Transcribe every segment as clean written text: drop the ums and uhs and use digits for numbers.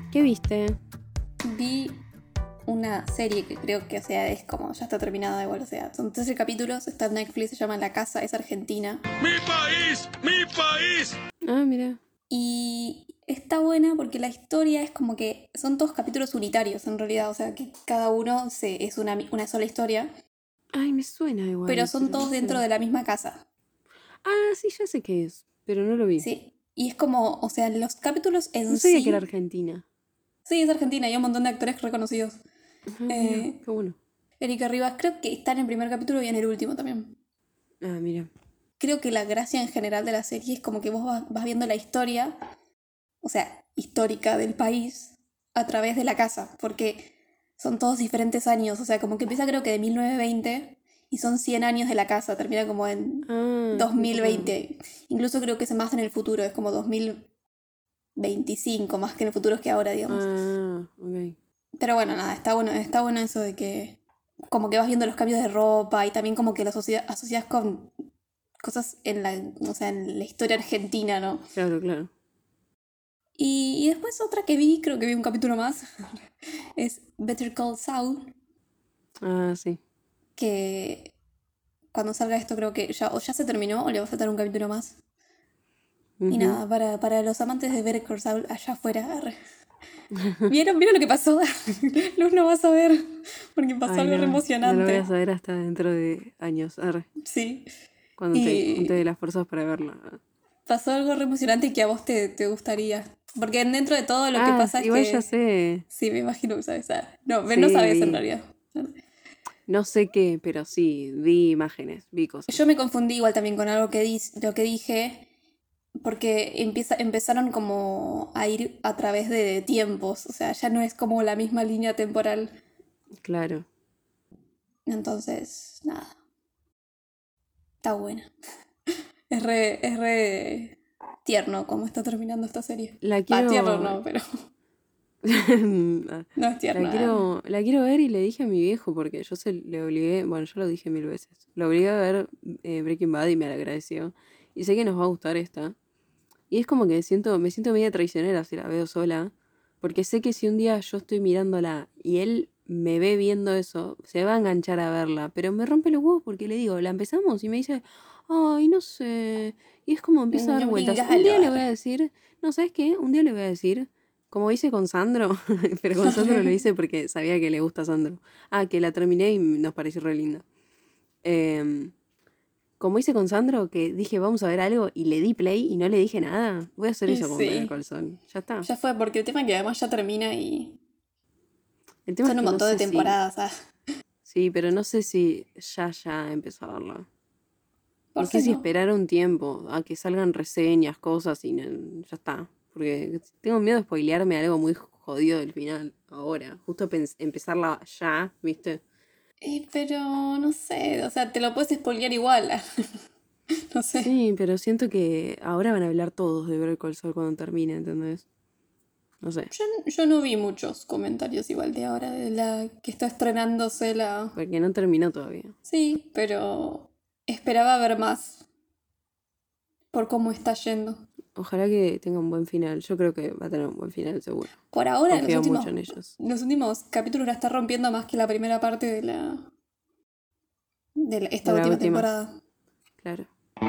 ¿Qué viste? Vi una serie que creo que, o sea, es como, ya está terminada igual, o sea, son 13 capítulos, está en Netflix, se llama La Casa, es argentina. ¡Mi país! ¡Mi país! Ah, mira. Y está buena porque la historia es como que son todos capítulos unitarios en realidad, o sea, que cada uno es una sola historia, Ay, me suena igual. pero son no todos sé. dentro de la misma casa. Ah, sí, ya sé qué es, pero no lo vi. Sí. Y es como, o sea, los capítulos en No sabía que era sí. Argentina. Sí, es argentina y hay un montón de actores reconocidos. Ah, mira, qué bueno. Erika Rivas, creo que está en el primer capítulo y en el último también. Ah, mira. Creo que la gracia en general de la serie es como que vos vas viendo la historia, o sea, histórica del país, a través de la casa, porque son todos diferentes años, o sea, como que empieza creo que de 1920 y son 100 años de la casa, termina como en Ah, qué 2020. Incluso creo que es más en el futuro, es como 2025, más que en el futuro es que ahora, digamos. Ah, ok. Pero bueno, nada, está bueno eso de que como que vas viendo los cambios de ropa y también como que lo asocias con cosas en la, o sea, en la historia argentina, ¿no? Claro, claro. Y después otra que vi, creo que vi un capítulo más, es Better Call Saul, Ah, sí. que cuando salga esto creo que ya, o ya se terminó o le va a faltar un capítulo más. Y Ujú. nada, para los amantes de Better Call Saul allá afuera, arre. ¿Vieron lo que pasó? Luz no va a saber, porque pasó Ay, algo re no. No lo voy emocionante. a saber hasta dentro de años. Arre. Sí. Cuando te junte Y las fuerzas para verla. pasó algo re emocionante y que a vos te gustaría. Porque dentro de todo lo que Ah, pasa es igual ya que. sé. Sí, me imagino que sabes. No, no Sí, sabes en vi. realidad. No sé qué, pero sí, vi imágenes, vi Yo cosas. me confundí igual también con algo lo que dije. Porque empezaron como a ir a través de tiempos. O sea, ya no es como la misma línea temporal. Claro. Entonces, nada. Está buena. Es re tierno cómo está terminando esta serie. La Tierno quiero. no, pero Ah, no es tierna. la quiero ver y le dije a mi viejo porque yo le obligué, bueno, yo lo dije 1000 veces. Lo obligué a ver Breaking Bad y me agradeció. Y sé que nos va a gustar esta. Y es como que me siento media traicionera si la veo sola. Porque sé que si un día yo estoy mirándola y él me ve viendo eso, se va a enganchar a verla. Pero me rompe los huevos porque le digo, la empezamos y me dice, ay, no sé. Y es como empieza a dar vueltas. Un Obligalo, día le voy arre. a decir, no, ¿sabes qué? Un día le voy a decir, como hice con Sandro, pero con Sandro lo hice porque sabía que le gusta a Sandro. Ah, que la terminé y nos pareció re linda. Em, como hice con Sandro, que dije vamos a ver algo y le di play y no le dije nada. Voy a hacer Y eso con Better sí, Call Saul. Ya está. ya fue, porque el tema es que además ya termina y El tema es son un que no montón de sé si. temporadas, ¿ah? Sí, pero no sé si ya empezó a verla. No ¿Por sé qué si no? esperar un tiempo a que salgan reseñas, cosas y ya está. Porque tengo miedo de spoilearme algo muy jodido del final. Ahora. Justo empezarla ya, ¿viste? Pero no sé, o sea, te lo puedes spoilear igual. No sé. Sí, pero siento que ahora van a hablar todos de Better Call Saul cuando termine, ¿entendés? No sé. Yo no vi muchos comentarios igual de ahora, de la que está estrenándose la. Porque no terminó todavía. Sí, pero esperaba ver más por cómo está yendo. Ojalá que tenga un buen final. Yo creo que va a tener un buen final, seguro. Por ahora, Confío mucho en ellos. los últimos capítulos la está rompiendo más que la primera parte esta De la última última, temporada. claro.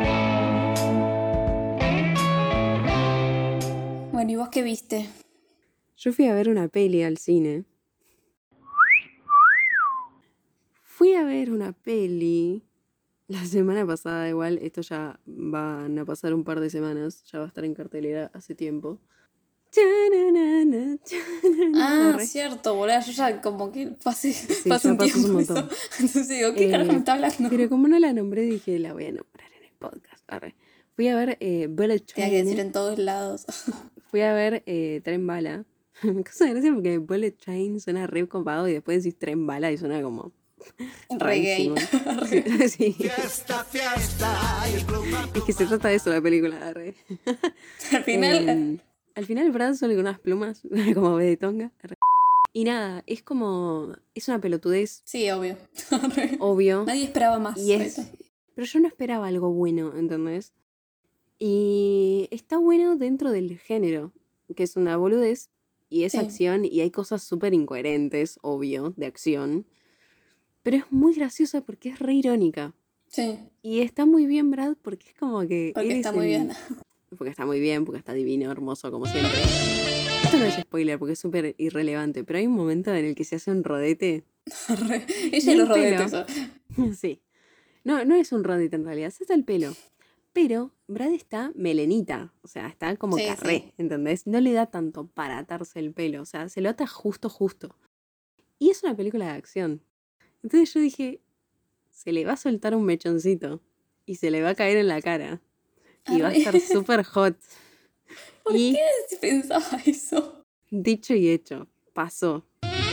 Bueno, ¿y vos qué viste? Yo fui a ver una peli al cine. Fui a ver una peli la semana pasada, igual. Esto ya van a pasar un par de semanas. Ya va a estar en cartelera hace tiempo. Ah, Arre. cierto, boludo. Yo ya como que Sí, pasé ya un pasó un tiempo eso. montón. Entonces digo, ¿qué carajo me está Pero hablando? como no la nombré, dije, la voy a nombrar en el podcast. Arre. Fui a ver Bullet Tenía que decir Train. en todos lados. Fui a ver Tren Bala. Me causa gracia porque Bullet Train suena re copado y después decís Tren Bala y suena como Re gay. rarísimo. Sí, sí. Fiesta, fiesta. Y el club Es que se trata de eso la película. Re. Al final, Al final Brad sale con unas plumas, como de tonga. Re. Y nada, es como. Es una pelotudez, sí, obvio. obvio. Nadie esperaba Y más de eso. es. Pero yo no esperaba algo bueno, ¿entendés? Y está bueno dentro del género, que es una boludez. Y es Sí. acción y hay cosas súper incoherentes, obvio, de acción. Pero es muy graciosa porque es re irónica. Sí, Y está muy bien Brad porque es como que porque él está es muy el... bien. Porque está muy bien, porque está divino, hermoso, como siempre. Esto no es spoiler porque es súper irrelevante, pero hay un momento en el que se hace un rodete. Ella Y y los el pelo. rodetes. Sí. No, no es un rodete en realidad, se hace el pelo. Pero Brad está melenita, o sea, está como Sí, carré, sí. ¿entendés? No le da tanto para atarse el pelo, o sea, se lo ata justo, justo. Y es una película de acción. Entonces yo dije, se le va a soltar un mechoncito y se le va a caer en la cara. Y va a Arre. estar súper hot. ¿Por Y qué pensaba eso? dicho y hecho, pasó.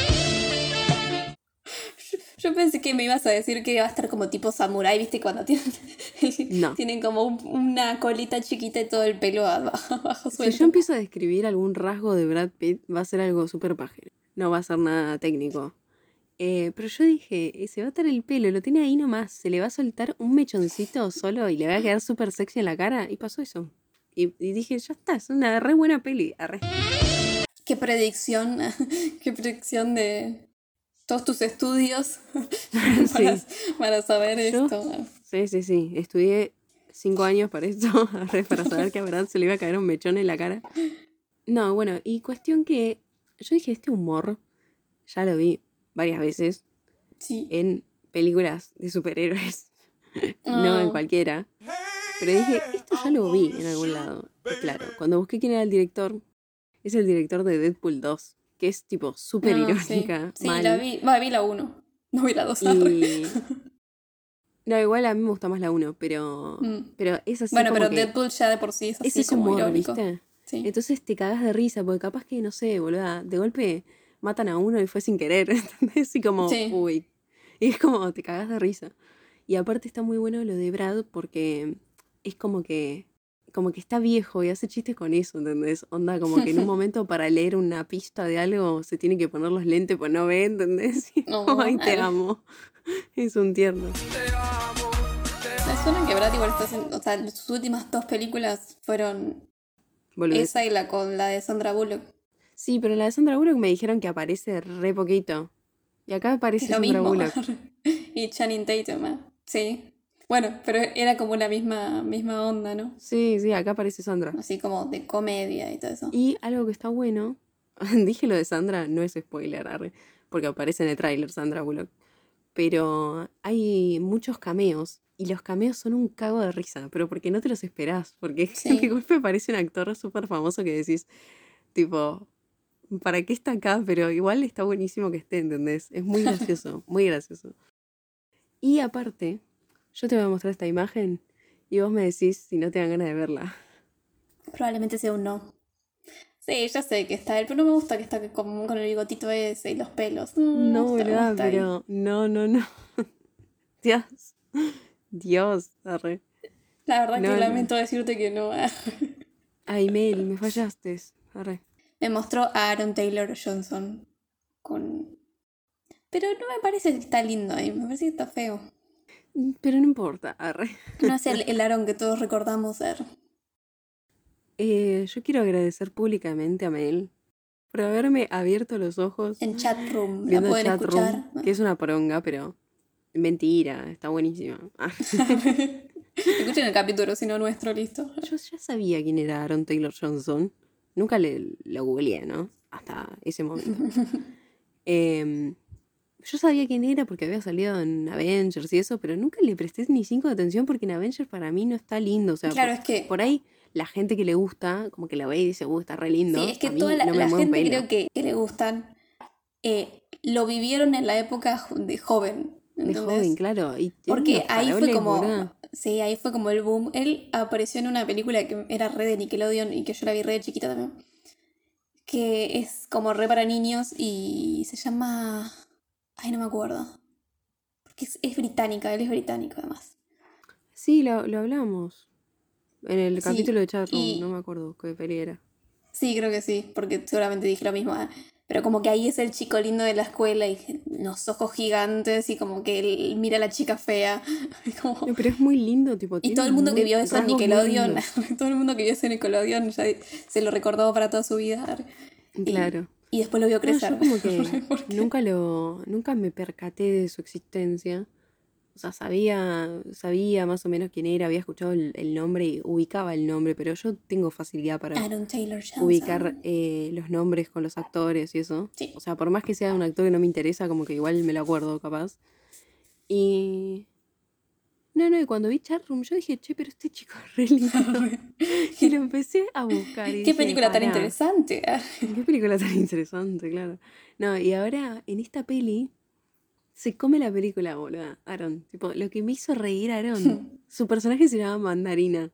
Yo pensé que me ibas a decir que iba a estar como tipo samurái, ¿viste? Cuando tienen, No. tienen como una colita chiquita y todo el pelo abajo Si suelto. yo empiezo a describir algún rasgo de Brad Pitt, va a ser algo súper pajero. No va a ser nada técnico. Pero yo dije, se va a atar el pelo, lo tiene ahí nomás, se le va a soltar un mechoncito solo y le va a quedar súper sexy en la cara. Y pasó eso. Y dije, ya está, es una re buena peli. Arre. Qué predicción, qué predicción de todos tus estudios para, Sí. para saber Yo, esto. sí. Estudié 5 años para esto, arre, para saber que a Brad se le iba a caer un mechón en la cara. No, bueno, y cuestión que yo dije, este humor ya lo vi varias veces Sí. en películas de superhéroes, no en Ah, cualquiera. Pero dije, esto ya lo vi en algún lado. Y claro, cuando busqué quién era el director, es el director de Deadpool 2, que es tipo súper sí. irónica, Sí, la mal. vi. Vi la 1. No vi la 2. Y... No, igual a mí me gusta más la 1, pero es así Bueno, como pero que... Deadpool ya de por sí es Es así ese como humor, irónico. ¿viste? Sí. Entonces te cagas de risa, porque capaz que, no sé, boluda, de golpe matan a uno y fue sin querer, ¿entendés? Y como, Sí. uy. Y es como, te cagas de risa. Y aparte está muy bueno lo de Brad porque es como que está viejo y hace chistes con eso, ¿entendés? Onda, como que en un momento para leer una pista de algo se tiene que poner los lentes pues no ve, ¿entendés? Y No, como, ay, te amo. Es un tierno. me suena que Brad igual está haciendo. O sea, sus últimas 2 películas fueron Boludez. esa y la con la de Sandra Bullock. Sí, pero en la de Sandra Bullock me dijeron que aparece re poquito. Y acá Que es aparece lo Sandra mismo. Bullock. Y Channing Tatum, ¿eh? Sí. Bueno, pero era como la misma onda, ¿no? Sí, acá aparece Sandra. Así como de comedia y todo eso. Y algo que está bueno, dije lo de Sandra, no es spoiler, arre, porque aparece en el tráiler Sandra Bullock. Pero hay muchos cameos y los cameos son un cago de risa, pero porque no te los esperás, porque Sí. de golpe aparece un actor súper famoso que decís, tipo, ¿para qué está acá? Pero igual está buenísimo que esté, ¿entendés? Es muy gracioso, muy gracioso. Y aparte, yo te voy a mostrar esta imagen y vos me decís si no te dan ganas de verla. Probablemente sea un no. Sí, ya sé que está él, pero no me gusta que está con el bigotito ese y los pelos. No, No, me boluda, gusta ahí. pero no. Dios, Dios, arre. La verdad que No. lamento decirte que no. Ay, Mel, me fallaste, arre. Me mostró a Aaron Taylor Johnson con... Pero no me parece que está lindo ahí, me parece que está feo. Pero no importa, arre. No es el Aaron que todos recordamos ser. Yo quiero agradecer públicamente a Mel por haberme abierto los ojos En chat room, la viendo pueden Chat escuchar. Room, que es una poronga, pero mentira, está buenísima. Ah. Escuchen el capítulo, si no nuestro, listo. Yo ya sabía quién era Aaron Taylor Johnson. Nunca lo googleé, ¿no? Hasta ese momento. Yo sabía quién era porque había salido en Avengers y eso, pero nunca le presté ni 5 de atención porque en Avengers para mí no está lindo. O sea, Claro, es que... por ahí la gente que le gusta, como que la ve y dice, está re lindo. Sí, es que a mí toda no me la mueve un gente pelo. creo que le gustan lo vivieron en la época de joven. De ¿entendés? joven, claro. Y Porque unos ahí fue faroles, como... boluda. Sí, ahí fue como el boom. Él apareció en una película que era re de Nickelodeon y que yo la vi re de chiquita también. Que es como re para niños y se llama... Ay, no me acuerdo. Porque es británica, él es británico además. Sí, lo hablamos. En el Sí, capítulo de Chatroom, y no me acuerdo qué peli era. sí, creo que sí, porque seguramente dije lo mismo. Pero como que ahí es el chico lindo de la escuela y los ojos gigantes y como que él mira a la chica fea. Como... No, pero es muy lindo, tipo, Y tiene todo el mundo que vio eso en rasgos muy Nickelodeon, lindos. todo el mundo que vio eso en Nickelodeon ya se lo recordó para toda su vida. Y Claro. Y después lo vio No, crecer. yo como que ¿Por qué? nunca me percaté de su existencia. O sea, sabía más o menos quién era, había escuchado el nombre y ubicaba el nombre, pero yo tengo facilidad para Aaron Taylor ubicar Johnson. los nombres con los actores y eso. Sí. O sea, por más que sea un actor que no me interesa, como que igual me lo acuerdo, capaz. Y... No, y cuando vi Chatroom yo dije, che, pero este chico es re lindo. Y lo empecé a buscar y Qué dije, película tan pará, interesante. qué película tan interesante, claro. No, y ahora en esta peli se come la película, boluda, Aaron. Tipo, lo que me hizo reír a Aaron, su personaje se llama Mandarina.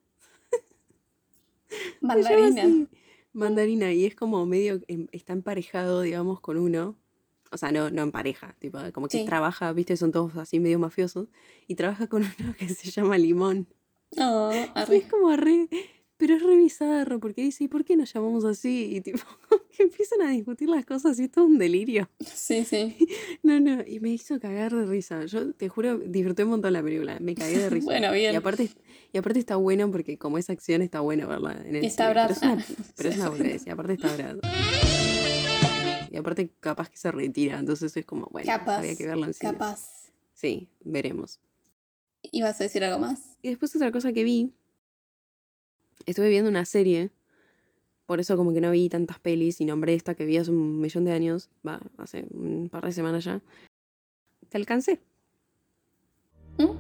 Se llama Mandarina. así, Mandarina, y es como medio, está emparejado, digamos, con uno. O sea, no en pareja, tipo, como que Sí. trabaja, viste, son todos así medio mafiosos. Y trabaja con uno que se llama Limón. Oh, Y es arre. como re, pero es re bizarro, porque dice, ¿y por qué nos llamamos así? Y tipo, que empiezan a discutir las cosas y es todo un delirio. Sí, sí. No, y me hizo cagar de risa. Yo te juro, disfruté un montón la película, me cagué de risa. Bueno, Y bien. aparte está bueno porque como es acción está bueno verla en el Y está cine. Brad. Pero es una boludez, y aparte está Brad. Y aparte capaz que se retira, entonces es como, bueno, Capaz. había que verlo en cine. Capaz. Sí, veremos. ¿Ibas a decir algo más? Y después otra cosa que vi, estuve viendo una serie, por eso como que no vi tantas pelis y nombré esta que vi hace un millón de años, hace un par de semanas ya. Te alcancé. ¿Mm?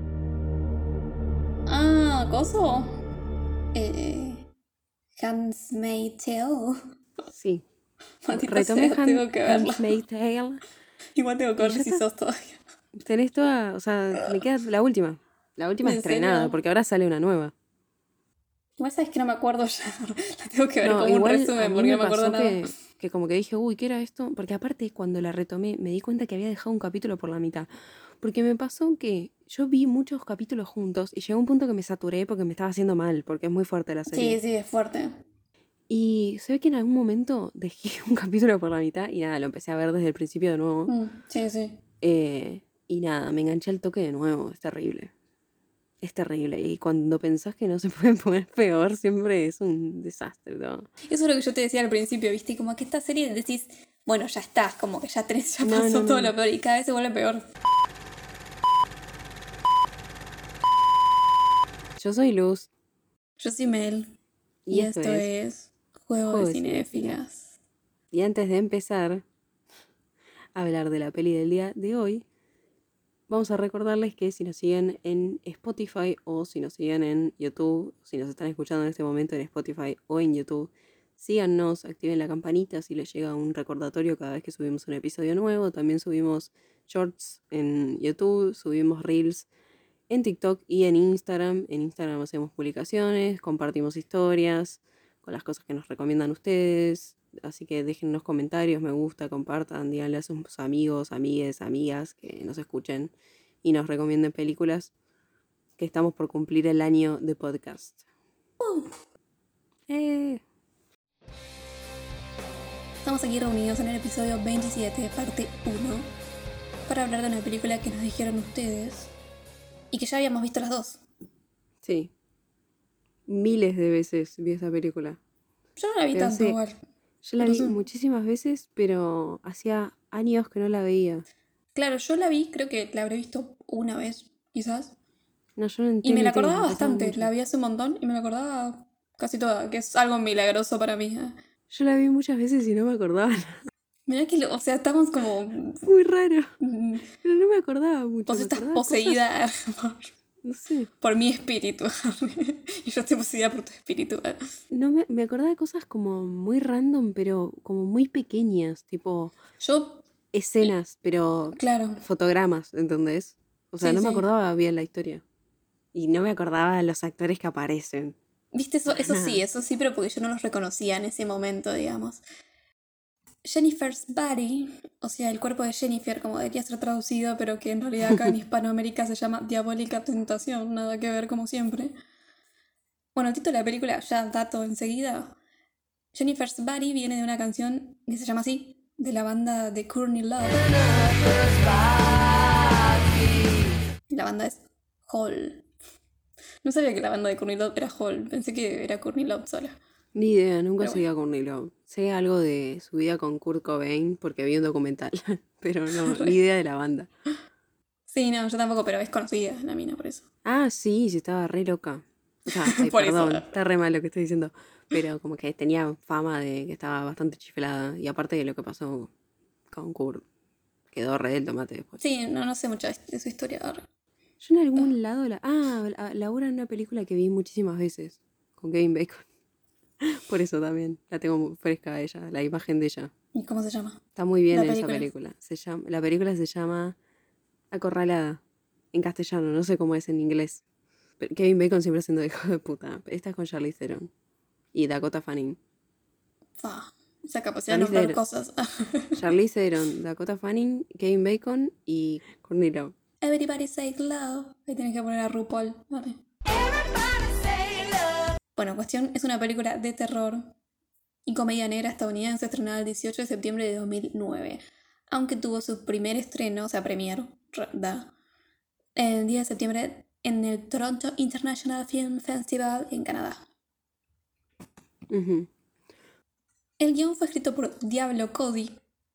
Ah, ¿coso? Handmaid's Tale. Sí. Maldita Retomé sea, tengo que verla. Handmaid's Tale. Igual tengo que Y ver ya si está. sos todavía. Tenés toda, o sea, me queda la última. La última ¿En estrenada, serio? porque ahora sale una nueva. Igual sabes que no me acuerdo ya. La tengo que ver No, como un igual a resumen mí porque me no me acuerdo pasó nada. que como que dije, uy, ¿qué era esto? Porque aparte cuando la retomé me di cuenta que había dejado un capítulo por la mitad. Porque me pasó que yo vi muchos capítulos juntos y llegó un punto que me saturé porque me estaba haciendo mal, porque es muy fuerte la serie. Sí, sí, es fuerte. Y se ve que en algún momento dejé un capítulo por la mitad y nada, lo empecé a ver desde el principio de nuevo. Sí, sí. Y nada, me enganché al toque de nuevo, es terrible. Es terrible. Y cuando pensás que no se puede poner peor, siempre es un desastre todo. Eso es lo que yo te decía al principio, ¿viste? Como que esta serie decís, bueno, ya está, como que ya tenés, ya No, pasó no, todo no. lo peor y cada vez se vuelve peor. Yo soy Luz. Yo soy Mel. Y esto es Juego Juego de de Cinéfilas. Y antes de empezar a hablar de la peli del día de hoy, vamos a recordarles que si nos siguen en Spotify o si nos siguen en YouTube, si nos están escuchando en este momento en Spotify o en YouTube, síganos, activen la campanita si les llega un recordatorio cada vez que subimos un episodio nuevo. También subimos shorts en YouTube, subimos reels en TikTok y en Instagram. En Instagram hacemos publicaciones, compartimos historias con las cosas que nos recomiendan ustedes. Así que déjennos comentarios, me gusta, compartan, díganle a sus amigos, amigues, amigas que nos escuchen y nos recomienden películas, que estamos por cumplir el año de podcast. Estamos aquí reunidos en el episodio 27, parte 1, para hablar de una película que nos dijeron ustedes y que ya habíamos visto las dos. Sí. Miles de veces vi esa película. Yo no la vi Pero tanto sí, igual. Yo la Pero vi sí. muchísimas veces, pero hacía años que no la veía. Claro, yo la vi, creo que la habré visto una vez, quizás. No, yo en Y me la TNT, acordaba la pasaban bastante, mucho. la vi hace un montón y me la acordaba casi toda, que es algo milagroso para mí. Yo la vi muchas veces y no me acordaba. Mirá que, o sea, estamos como... Muy raro. Pero no me acordaba mucho. Vos me estás acordaba poseída no sé. por mi espíritu. Y yo estoy poseída por tu espíritu. No me acordaba de cosas como muy random, pero como muy pequeñas. Tipo Yo, escenas, pero claro. fotogramas, ¿entendés? O sea, Sí, no me sí. acordaba bien la historia. Y no me acordaba de los actores que aparecen. ¿Viste? Eso sí, pero porque yo no los reconocía en ese momento, digamos. Jennifer's Body, o sea, el cuerpo de Jennifer, como debería ser traducido, pero que en realidad acá en Hispanoamérica se llama Diabólica Tentación, nada que ver como siempre. Bueno, el título de la película, ya dato enseguida. Jennifer's Body viene de una canción que se llama así, de la banda de Courtney Love. La banda es Hall. No sabía que la banda de Courtney Love era Hall, pensé que era Courtney Love sola. Ni idea, nunca Pero seguí a Courtney Love. Sé algo de su vida con Kurt Cobain porque vi un documental, pero no, ni idea de la banda. Sí, no, yo tampoco, pero es conocida la mina por eso. Ah, sí, sí, estaba re loca. O sea, ay, Por eso. perdón, está re mal lo que estoy diciendo. Pero como que tenía fama de que estaba bastante chiflada. Y aparte de lo que pasó con Kurt, quedó re del tomate después. Sí, no, no sé mucho de su historia. Arre. Yo en algún lado labura en una película que vi muchísimas veces, con Kevin Bacon. Por eso también la tengo muy fresca a ella, la imagen de ella. ¿Y cómo se llama? Está muy bien La en esa película. película. La película se llama Acorralada, en castellano, no sé cómo es en inglés. Pero Kevin Bacon siempre siendo hijo de puta. Esta es con Charlize Theron y Dakota Fanning. Fa, esa capacidad de Charlize nombrar Theron, cosas. Charlize Theron, Dakota Fanning, Kevin Bacon y Courtney Love. Everybody say love. Ahí tenés que poner a RuPaul. Arre. Bueno, cuestión, es una película de terror y comedia negra estadounidense estrenada el 18 de septiembre de 2009. Aunque tuvo su primer estreno, o sea, premier, el 10 de septiembre en el Toronto International Film Festival en Canadá. Ujú. El guión fue escrito por Diablo Cody,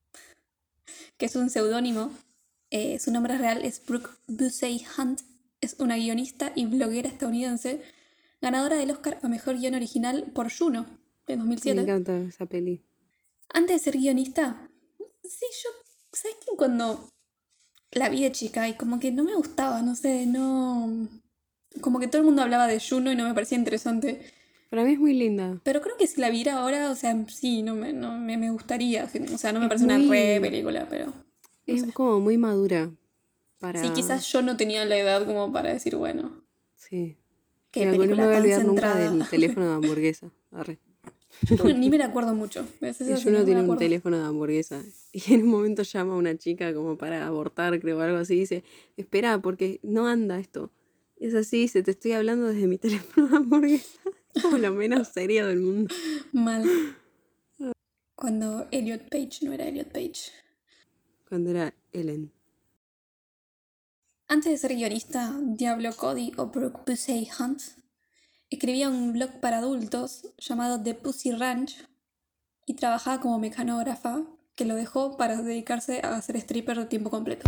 que es un seudónimo. Su nombre real es Brooke Busey Hunt. Es una guionista y bloguera estadounidense, ganadora del Oscar a Mejor Guión Original por Juno, de Me 2007. encanta esa peli. Antes de ser guionista, sí, yo, ¿sabes qué? Cuando la vi de chica y como que no me gustaba, no sé, no... Como que todo el mundo hablaba de Juno y no me parecía interesante. Para mí es muy linda. Pero creo que si la viera ahora, o sea, sí, me gustaría. O sea, no me Es parece una muy- re película, pero... Es sé. como muy madura para... Sí, quizás yo no tenía la edad como para decir, bueno, Sí. qué Mira, pues no me película voy a tan olvidar nunca centrada. del teléfono de hamburguesa. Arre. Ni me la acuerdo mucho. ¿Ves? Y Eso sí, Juno no me tiene un acuerdo. teléfono de hamburguesa. Y en un momento llama a una chica como para abortar, creo, o algo así. Y dice, espera, porque no anda esto. Y es así, dice, te estoy hablando desde mi teléfono de hamburguesa. Es como lo menos serio del mundo. Mal. Cuando Elliot Page no era Elliot Page. Cuando era Ellen. Antes de ser guionista, Diablo Cody o Brooke Busey Hunt escribía un blog para adultos llamado The Pussy Ranch y trabajaba como mecanógrafa, que lo dejó para dedicarse a ser stripper de tiempo completo.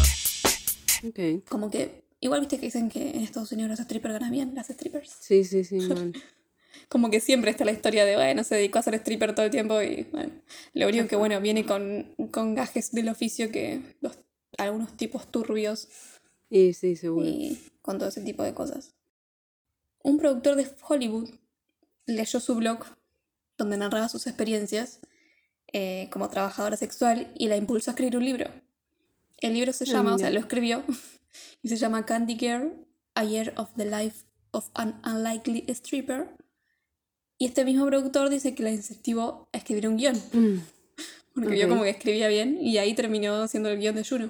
Ok. Como que, igual viste que dicen que en Estados Unidos los strippers ganan bien, las strippers. Sí, sí, sí, mal. Como que siempre está la historia de, bueno, se dedicó a ser stripper todo el tiempo y, bueno, lo único que, bueno, viene con gajes del oficio que algunos tipos turbios Y sí, seguro. y con todo ese tipo de cosas. Un productor de Hollywood leyó su blog donde narraba sus experiencias como trabajadora sexual y la impulsó a escribir un libro. El libro se llama, o sea, lo escribió, y se llama Candy Girl, A Year of the Life of an Unlikely Stripper. Y este mismo productor dice que la incentivó a escribir un guión. Porque vio Ok. como que escribía bien y ahí terminó haciendo el guión de Juno.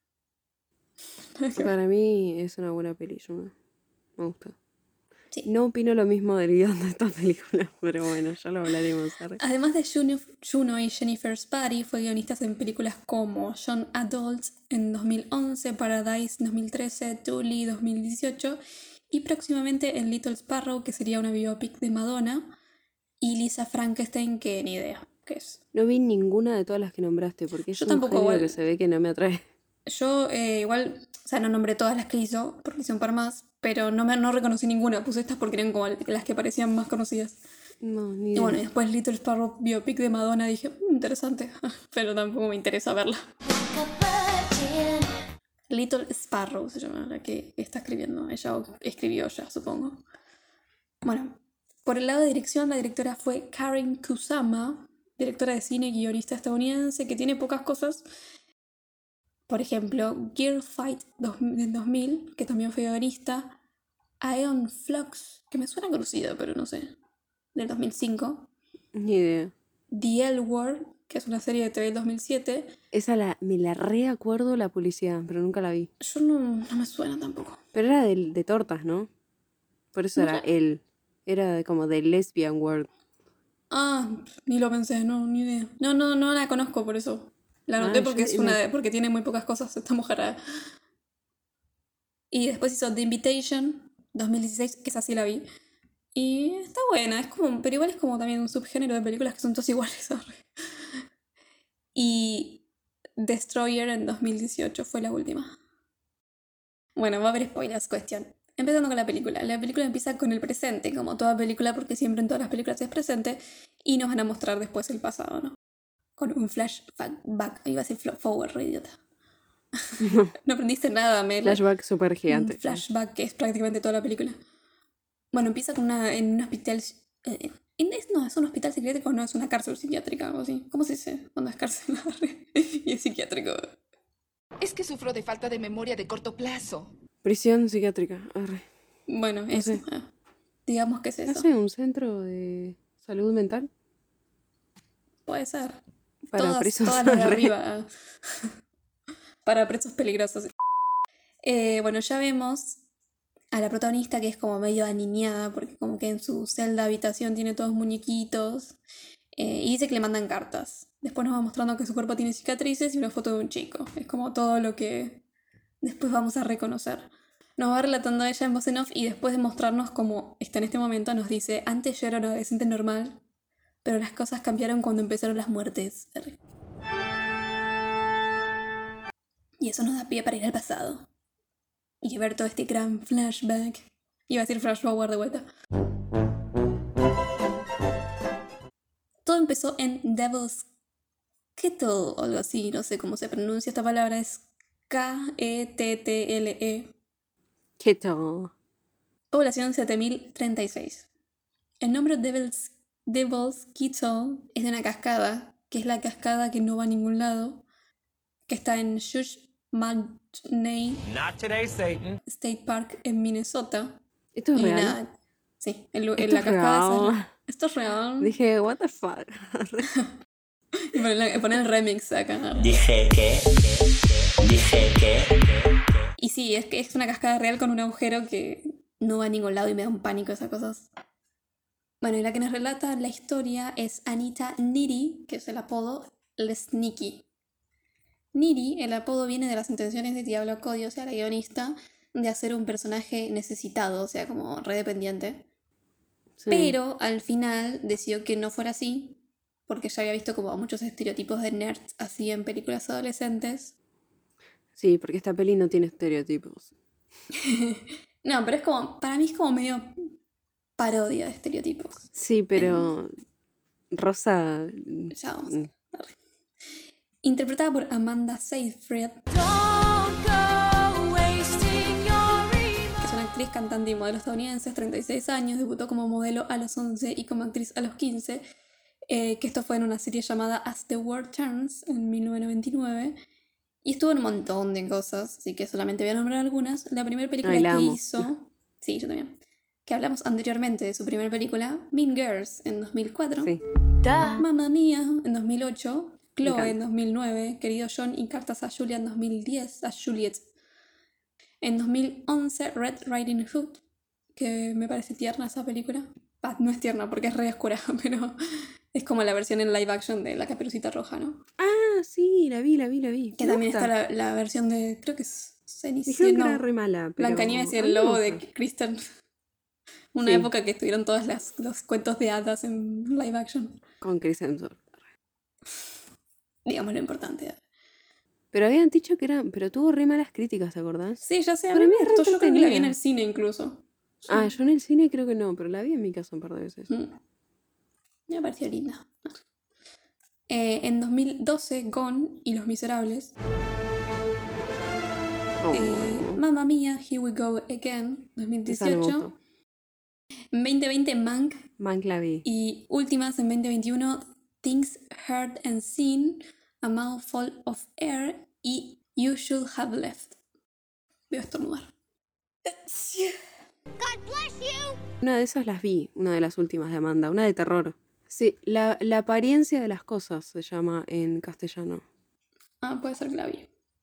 Para mí es una buena peli, Juno. Me gusta. Sí. No opino lo mismo del guión de esta película, pero bueno, ya lo hablaremos. Arre. Además de Juno y Jennifer's Body, fue guionista en películas como Young Adults en 2011, Paradise 2013, Tully 2018 y próximamente en Little Sparrow, que sería una biopic de Madonna, y Lisa Frankenstein, que ni idea qué es. No vi ninguna de todas las que nombraste, porque es Yo un tampoco, género igual. que se ve que no me atrae. Yo igual, o sea, no nombré todas las que hizo, porque hice un par más, pero no reconocí ninguna, puse estas porque eran como las que parecían más conocidas. No, ni Y idea. bueno, y después Little Sparrow biopic de Madonna, dije, interesante, pero tampoco me interesa verla. Little Sparrow se llama la que está escribiendo ella, o escribió ya, supongo. Bueno, por el lado de dirección, la directora fue Karen Kusama, directora de cine y guionista estadounidense, que tiene pocas cosas. Por ejemplo, Gear Fight del 2000, que también fue guionista. Aeon Flux, que me suena conocido, pero no sé, del 2005. Ni idea. The L Word, que es una serie de TV del 2007. Esa me la reacuerdo la publicidad, pero nunca la vi. Yo no me suena tampoco. Pero era de tortas, ¿no? Por eso No era sé. él. Era como de lesbian word. Ah, ni lo pensé, no, ni idea. No la conozco por eso. La anoté Ah, porque yo porque tiene muy pocas cosas esta mujer. Y después hizo The Invitation, 2016, que esa sí la vi. Y está buena, es como, pero igual es como también un subgénero de películas que son todas iguales. Arre. Y Destroyer en 2018 fue la última. Bueno, va a haber spoilers, cuestión. Empezando con la película. La película empieza con el presente, como toda película, porque siempre en todas las películas es presente, y nos van a mostrar después el pasado, ¿no? Con un flashback. Iba a decir forward, re idiota. No aprendiste nada, Mel. Flashback súper Un gigante. flashback que es prácticamente toda la película. Bueno, empieza con en un hospital. No, es un hospital psiquiátrico, no es una cárcel psiquiátrica o algo así. ¿Cómo se dice cuando es cárcel y es psiquiátrico? Es que sufro de falta de memoria de corto plazo. Prisión psiquiátrica. Arre. Bueno, No eso. sé. Digamos que es eso. ¿Hace un centro de salud mental? Puede ser. Para presos. Todas las de arriba. Para presos peligrosos. Bueno, ya vemos a la protagonista que es como medio aniñada, porque como que en su celda habitación tiene todos muñequitos, y dice que le mandan cartas. Después nos va mostrando que su cuerpo tiene cicatrices y una foto de un chico. Es como todo lo que después vamos a reconocer. Nos va relatando ella en voz en off y después de mostrarnos cómo está en este momento nos dice: antes yo era una adolescente normal, pero las cosas cambiaron cuando empezaron las muertes. Y eso nos da pie para ir al pasado y ver todo este gran flashback. Iba a decir flash forward de vuelta. Todo empezó en Devil's Kettle o algo así, no sé cómo se pronuncia esta palabra, es Kettle. Keto. Población 7036. El nombre Devil's Kettle es de una cascada, que es la cascada que no va a ningún lado, que está en Shushmanay Not today, Satan. State Park en Minnesota. ¿Esto es Y real? nada, sí, ¿Esto la es cascada real? esa- Esto es real. Dije, what the fuck. Y poner el remix acá. Dije que. Y sí, es que es una cascada real con un agujero que no va a ningún lado y me da un pánico esas cosas. Bueno, y la que nos relata la historia es Anita Needy, que es el apodo Sneaky. Needy, el apodo viene de las intenciones de Diablo Cody, o sea, la guionista, de hacer un personaje necesitado, o sea, como redependiente. Sí. Pero al final decidió que no fuera así, porque ya había visto como muchos estereotipos de nerds así en películas adolescentes. Sí, porque esta peli no tiene estereotipos. No, pero es como, para mí es como medio parodia de estereotipos. Sí, pero Rosa... Ya vamos a ver. Interpretada por Amanda Seyfried, que es una actriz, cantante y modelo estadounidense, 36 años, debutó como modelo a los 11 y como actriz a los 15, que esto fue en una serie llamada As the World Turns en 1999, y estuvo en un montón de cosas, así que solamente voy a nombrar algunas. La primera película Ay, la que amo. hizo, sí, yo también, que hablamos anteriormente de su primera película, Mean Girls en 2004, Sí. Mamma Mía en 2008, Chloe encanta. en 2009, Querido John y Cartas a Julia en 2010, a Juliet. En 2011, Red Riding Hood, que me parece tierna esa película. No es tierna porque es re oscura, pero es como la versión en live action de La Caperucita Roja, ¿no? Ah, sí, la vi. Que Me también gusta. está la versión de, creo que es Dijeron Cenicienta. que era re mala, pero... Blancanieves y a mí el me lobo de gusta. Kristen. Una Sí. época que estuvieron todos los cuentos de hadas en live action. Con Chris Hemsworth. Digamos lo importante. Pero habían dicho que era... Pero tuvo re malas críticas, ¿te acordás? Sí, ya sé, a Para mí mí me es gustó. re Yo creo que la vi en entretenida. el cine incluso. Ah, yo en el cine creo que no, pero la vi en mi casa un par de veces. Me pareció linda. En 2012, Gone y Los Miserables. Oh, Mamma Mía, Here We Go Again, esa no me 2018. gustó. En 2020, Mank. Mank la vi. Y últimas en 2021, Things Heard and Seen, A Mouthful of Air y You Should Have Left. Voy a estornudar. Una de esas las vi, una de las últimas de Amanda, una de terror. Sí, la apariencia de las cosas se llama en castellano. Ah, puede ser que la vi.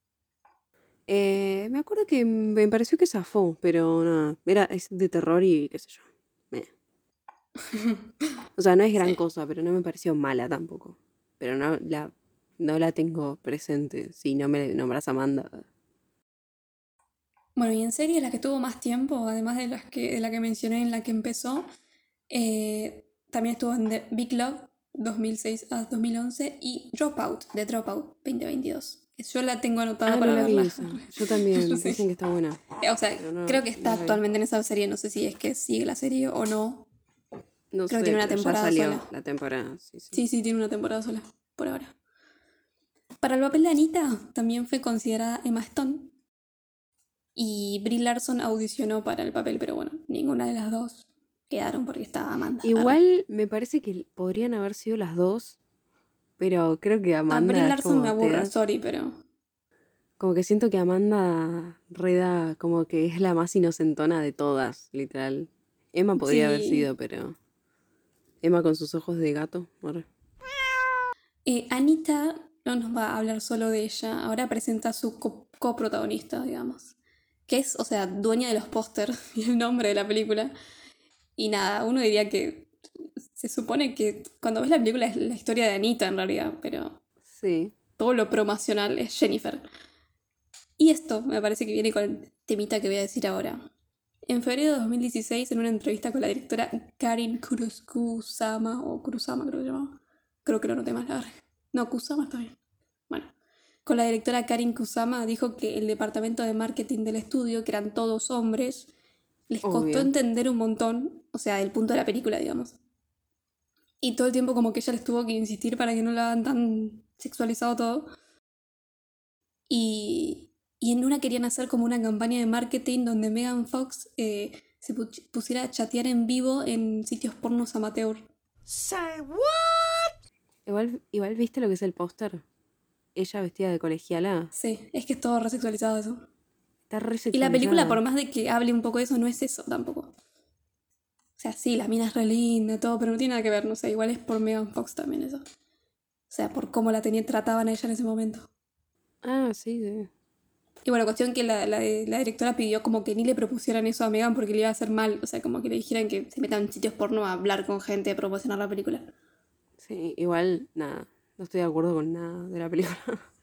Me acuerdo que me pareció que zafó, pero nada, es de terror y qué sé yo. O sea, no es gran Sí. cosa, pero no me pareció mala tampoco. Pero no la tengo presente, si no me nombras Amanda. Bueno, y en series la que tuvo más tiempo, además de la que mencioné en la que empezó, También estuvo en The Big Love 2006 a 2011 y Dropout, de Dropout 2022. Yo la tengo anotada Ah, no para la vi verla. esa. Yo también. Sí. Dicen que está buena. O sea, Pero no, creo que está no la vi. actualmente en esa serie. No sé si es que sigue la serie o no. No Creo que sé, tiene una pero ya temporada salió sola. la temporada. Sí, sí. Sí, tiene una temporada sola, por ahora. Para el papel de Anita también fue considerada Emma Stone. Y Brie Larson audicionó para el papel, pero bueno, ninguna de las dos quedaron porque estaba Amanda. Arre. Igual me parece que podrían haber sido las dos, pero creo que A Brie Amanda es Larson me como te aburre, da, sorry, pero... como que siento que Amanda reda como que es la más inocentona de todas, literal. Emma podría haber Sí. sido, pero Emma con sus ojos de gato. Arre. Anita no nos va a hablar solo de ella, ahora presenta a su coprotagonista, digamos. Que es, o sea, dueña de los pósters y el nombre de la película. Y nada, uno diría que se supone que cuando ves la película es la historia de Anita en realidad, pero Sí. todo lo promocional es Jennifer. Y esto me parece que viene con el temita que voy a decir ahora. En febrero de 2016, en una entrevista con la directora Karin Kusama, o Kurosama creo que se llamaba. Creo que lo noté más largo. No, Kusama está bien. Bueno, con la directora Karin Kusama dijo que el departamento de marketing del estudio, que eran todos hombres, les costó Obvio. entender un montón, o sea, el punto de la película, digamos. Y todo el tiempo como que ella les tuvo que insistir para que no lo hagan tan sexualizado todo. Y en una querían hacer como una campaña de marketing donde Megan Fox se pusiera a chatear en vivo en sitios pornos amateur. Igual viste lo que es el póster. Ella vestida de colegiala. Sí, es que es todo resexualizado eso. Está re Y la película, por sexualizada. más de que hable un poco de eso, no es eso tampoco. O sea, sí, la mina es re linda, todo, pero no tiene nada que ver, no sé, igual es por Megan Fox también eso. O sea, por cómo la trataban a ella en ese momento. Ah, sí, sí. Y bueno, cuestión que la directora pidió como que ni le propusieran eso a Megan porque le iba a hacer mal. O sea, como que le dijeran que se metan en sitios porno a hablar con gente, a promocionar la película. Sí, igual, nada. No estoy de acuerdo con nada de la película.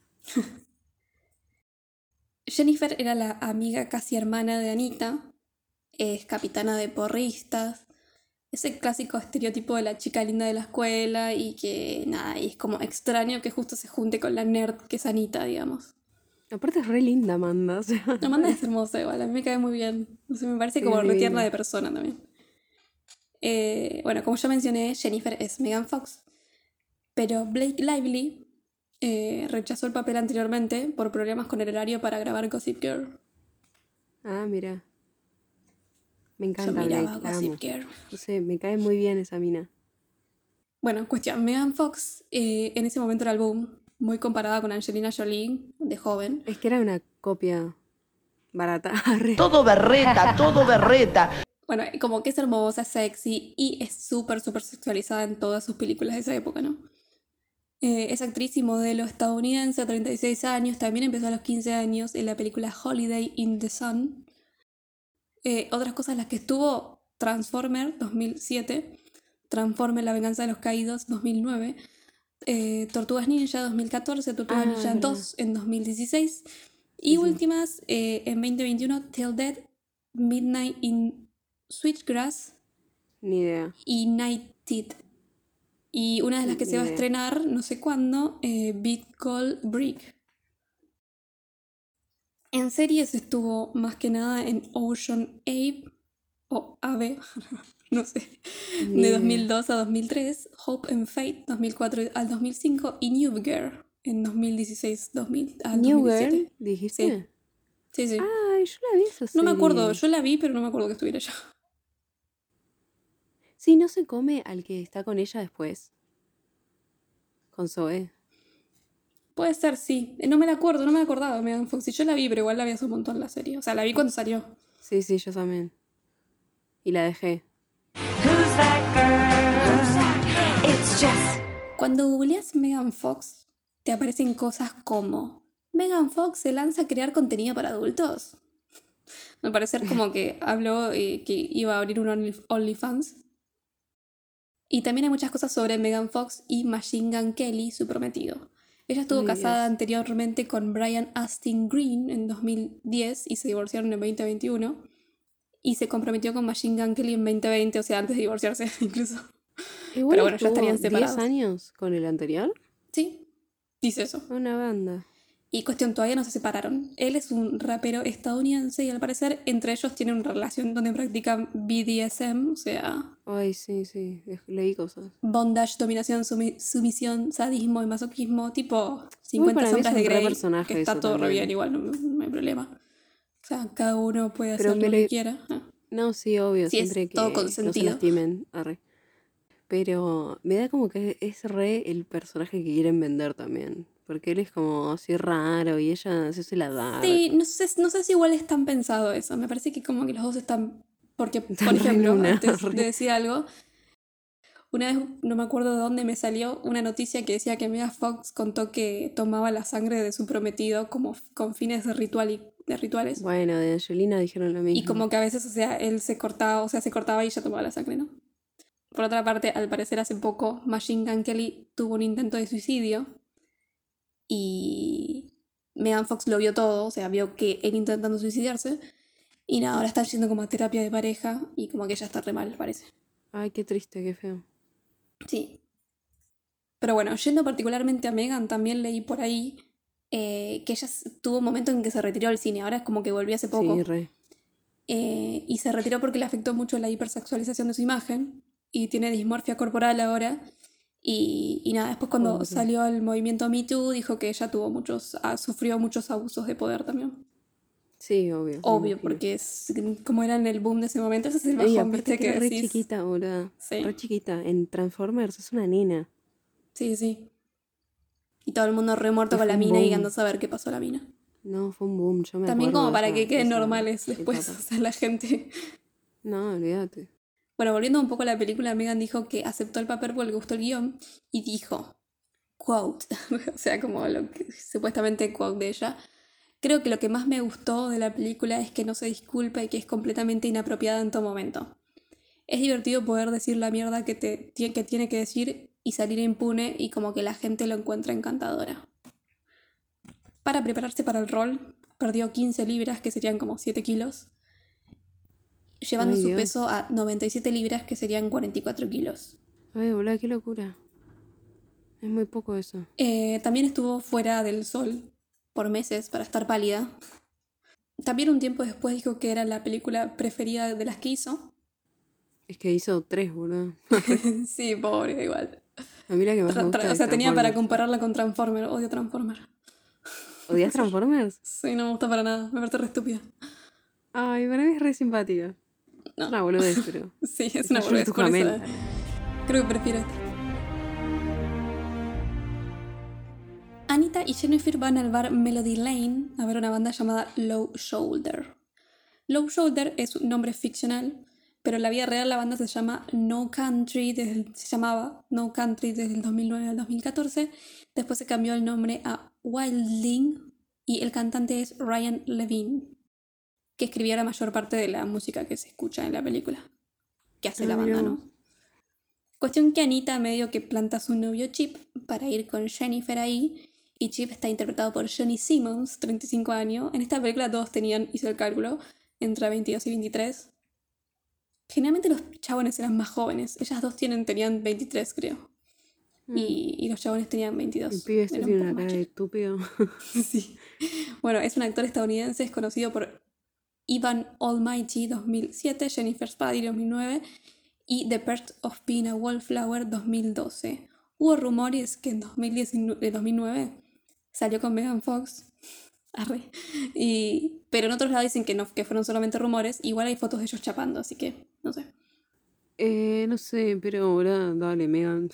Jennifer era la amiga casi hermana de Anita. Es capitana de porristas. Es el clásico estereotipo de la chica linda de la escuela y que nada, y es como extraño que justo se junte con la nerd que es Anita, digamos. Aparte es re linda Amanda, o sea, Amanda es hermosa igual, a mí me cae muy bien. O sea, me parece sí, como es re tierna divina. de persona también. Bueno, como ya mencioné, Jennifer es Megan Fox. Pero Blake Lively rechazó el papel anteriormente por problemas con el horario para grabar Gossip Girl. Ah, mira. Me Yo encanta miraba Blake, la Gossip amo. Girl. No sé, me cae muy bien esa mina. Bueno, cuestión, Megan Fox en ese momento era el boom, muy comparada con Angelina Jolie de joven. Es que era una copia barata. Re. Todo berreta, todo berreta. Bueno, como que es hermosa, sexy y es súper, súper sexualizada en todas sus películas de esa época, ¿no? Es actriz y modelo estadounidense, 36 años, también empezó a los 15 años en la película Holiday in the Sun. Otras cosas en las que estuvo, Transformer 2007, Transformer La venganza de los caídos 2009, Tortugas Ninja 2014, Tortugas Ah, Ninja es verdad. 2 en 2016 y Sí, sí. últimas en 2021 Till Dead, Midnight in Switchgrass Ni idea. y Nighted. Y una de las que Ni se va a idea. estrenar, no sé cuándo, Beat Call Brick. En series estuvo más que nada en Ocean Abe, o Ave, no sé, Ni de idea. 2002 a 2003, Hope and Fate, 2004 al 2005, y New Girl, en 2016 al New 2017. Girl, ¿dijiste? Sí, sí. Ay, yo la vi esa No me acuerdo, serie. yo la vi, pero no me acuerdo que estuviera allá. Sí, no se come al que está con ella después. Con Zoe. Puede ser, sí. No me la acuerdo, no me acordaba Megan Fox. Sí, yo la vi, pero igual la vi hace un montón la serie. O sea, la vi cuando salió. Sí, sí, yo también. Y la dejé. Cuando googleas Megan Fox, te aparecen cosas como Megan Fox se lanza a crear contenido para adultos. Al parecer como que habló que iba a abrir un OnlyFans. Y también hay muchas cosas sobre Megan Fox y Machine Gun Kelly, su prometido. Ella estuvo Ay, casada Dios. anteriormente con Brian Austin Green en 2010 y se divorciaron en 2021. Y se comprometió con Machine Gun Kelly en 2020, o sea, antes de divorciarse incluso. Igual Pero bueno, ya estuvo estarían 10 separados. años con el anterior. Sí, dice eso. Una banda. Y cuestión, todavía no se separaron. Él es un rapero estadounidense y al parecer entre ellos tienen una relación donde practican BDSM, o sea, Ay, sí, leí cosas. bondage, dominación, sumisión, sadismo y masoquismo, tipo Igual 50 para mí es sombras de un re Grey, personaje que está eso todo re también. bien igual, no hay problema. O sea, cada uno puede Pero hacer me lo lo... que quiera. No, sí, obvio, Sí, es siempre todo que no se consentido. lastimen. Arre. Pero me da como que es re el personaje que quieren vender también. Porque él es como así raro y ella se hace la dark. Sí, no sé si igual es tan pensado eso. Me parece que como que los dos están... Porque, Están por re en ejemplo, una, antes re. de decir algo, una vez, no me acuerdo de dónde me salió una noticia que decía que Megan Fox contó que tomaba la sangre de su prometido como con fines de rituales. Bueno, de Angelina dijeron lo Y mismo. como que a veces, o sea, él se cortaba, se cortaba y ella tomaba la sangre, ¿no? Por otra parte, al parecer hace poco, Machine Gun Kelly tuvo un intento de suicidio y Megan Fox lo vio todo, o sea, vio que él intentando suicidarse y nada, ahora está yendo como a terapia de pareja y como que ella está re mal, parece. Ay, qué triste, qué feo. Sí. Pero bueno, yendo particularmente a Megan, también leí por ahí que ella tuvo un momento en que se retiró del cine, ahora es como que volvió hace poco. Sí, re. Y se retiró porque le afectó mucho la hipersexualización de su imagen y tiene dismorfia corporal ahora. Y nada, después cuando Pobre. salió el movimiento Me Too dijo que ella sufrió muchos abusos de poder también. Sí, obvio. me Obvio, imagino. porque como era en el boom de ese momento, ese es el Y bajón, aparte viste, que que era re decís. chiquita, boludo. Sí. Re chiquita. En Transformers es una nena. Sí, sí. Y todo el mundo re muerto Y con fue la un mina y boom. andando a saber qué pasó a la mina. No, fue un boom. Yo me También acuerdo como de para que queden esa normales después, etapa. o sea, la gente. No, olvídate. Bueno, volviendo un poco a la película, Megan dijo que aceptó el papel porque le gustó el guión y dijo, quote, o sea, como lo que supuestamente quote de ella. Creo que lo que más me gustó de la película es que no se disculpa y que es completamente inapropiada en todo momento. Es divertido poder decir la mierda que tiene que decir y salir impune y como que la gente lo encuentra encantadora. Para prepararse para el rol, perdió 15 libras, que serían como 7 kilos, llevando Ay, su Dios. peso a 97 libras, que serían 44 kilos. Ay, boludo, qué locura. Es muy poco eso. También estuvo fuera del sol por meses para estar pálida. También un tiempo después dijo que era la película preferida de las que hizo. Es que hizo 3, boludo. Sí, pobre, igual. A mí la que más me gusta O es sea, tenía para Transformers. compararla con Transformer. Odio Transformer. ¿Odias Transformers? Sí, no me gusta para nada. Me parece re estúpida. Ay, para mí es re simpática. No. Es una boludez, pero... Sí, es Está una lleno de boludez, tu por eso, jamel. creo que prefiero esta. Anita y Jennifer van al bar Melody Lane a ver una banda llamada Low Shoulder. Low Shoulder es un nombre ficcional, pero en la vida real la banda se llamaba No Country desde el 2009 al 2014. Después se cambió el nombre a Wildling y el cantante es Ryan Levine, que escribía la mayor parte de la música que se escucha en la película, que hace la banda, ¿no? Cuestión que Anita medio que planta a su novio Chip para ir con Jennifer ahí, y Chip está interpretado por Johnny Simmons, 35 años. En esta película todos tenían, hice el cálculo, entre 22 y 23. Generalmente los chabones eran más jóvenes. Ellas dos tenían 23, creo. Y los chabones tenían 22. El pibe este Era un tiene poco una más cara de chico. estúpido. Sí. Bueno, es un actor estadounidense, es conocido por Evan Almighty 2007, Jennifer's Body 2009 y The Perks of Being a Wallflower 2012. Hubo rumores que en 2009 salió con Megan Fox. Arre. Pero en otros lados dicen que no, que fueron solamente rumores. Igual hay fotos de ellos chapando, así que no sé. No sé, pero boludo, dale, Megan.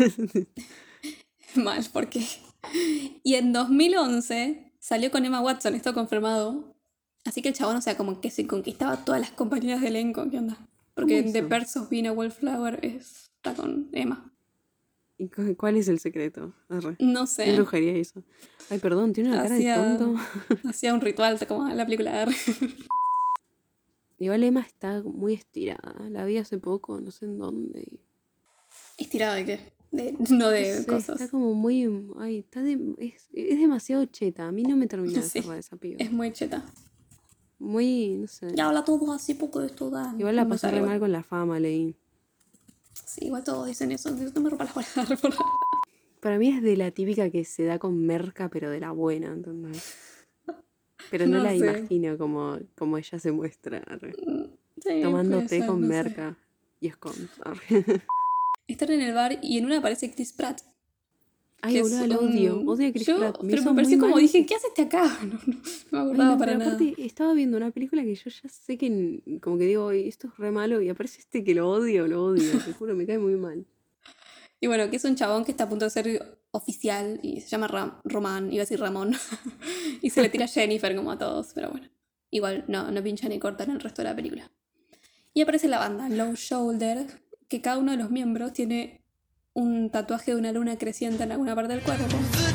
Mal, porque. Y en 2011 salió con Emma Watson, esto confirmado. Así que el chabón, o sea, como que se conquistaba todas las compañías de elenco. ¿Qué onda? Porque ¿Cómo The hizo? Perks of Being a Wallflower está con Emma. ¿Y cuál es el secreto? Arre. No ¿Qué sé. brujería hizo? Ay, perdón, tiene una cara de tonto. Hacía un ritual como en la película de Igual Emma está muy estirada. La vi hace poco, no sé en dónde. ¿Estirada de qué? No de No sé, cosas. está como muy... Ay, es demasiado cheta. A mí no me termina de Sí, cerrar esa piba. es muy cheta. Muy, no sé. Y habla todo así, poco de esto da. Igual la no me pasé sale re igual. mal con la fama, leí. Sí, igual todos dicen eso. No me rompa las bolas. Para mí es de la típica que se da con merca, pero de la buena, ¿entendés? Pero no No la sé. imagino como ella se muestra, arre. Sí, Tomando puede té ser, con no sé. merca y scones. Arre. Están en el bar y en una aparece Chris Pratt. Ay, Que es boludo, lo odio. un... Odio a Chris Pratt. Me Pero hizo me muy pareció como mal. dije, ¿qué hace este acá? No me Ay, acordaba no, para pero nada. aparte estaba viendo una película que yo ya sé que como que digo, "Ay, esto es re malo", y aparece este que lo odio, te juro, me cae muy mal. Y bueno, que es un chabón que está a punto de ser oficial y se llama Román, iba a decir Ramón. Y se le tira a Jennifer como a todos, pero bueno. Igual no pincha ni corta en el resto de la película. Y aparece la banda, Low Shoulder, que cada uno de los miembros tiene un tatuaje de una luna creciente en alguna parte del cuerpo.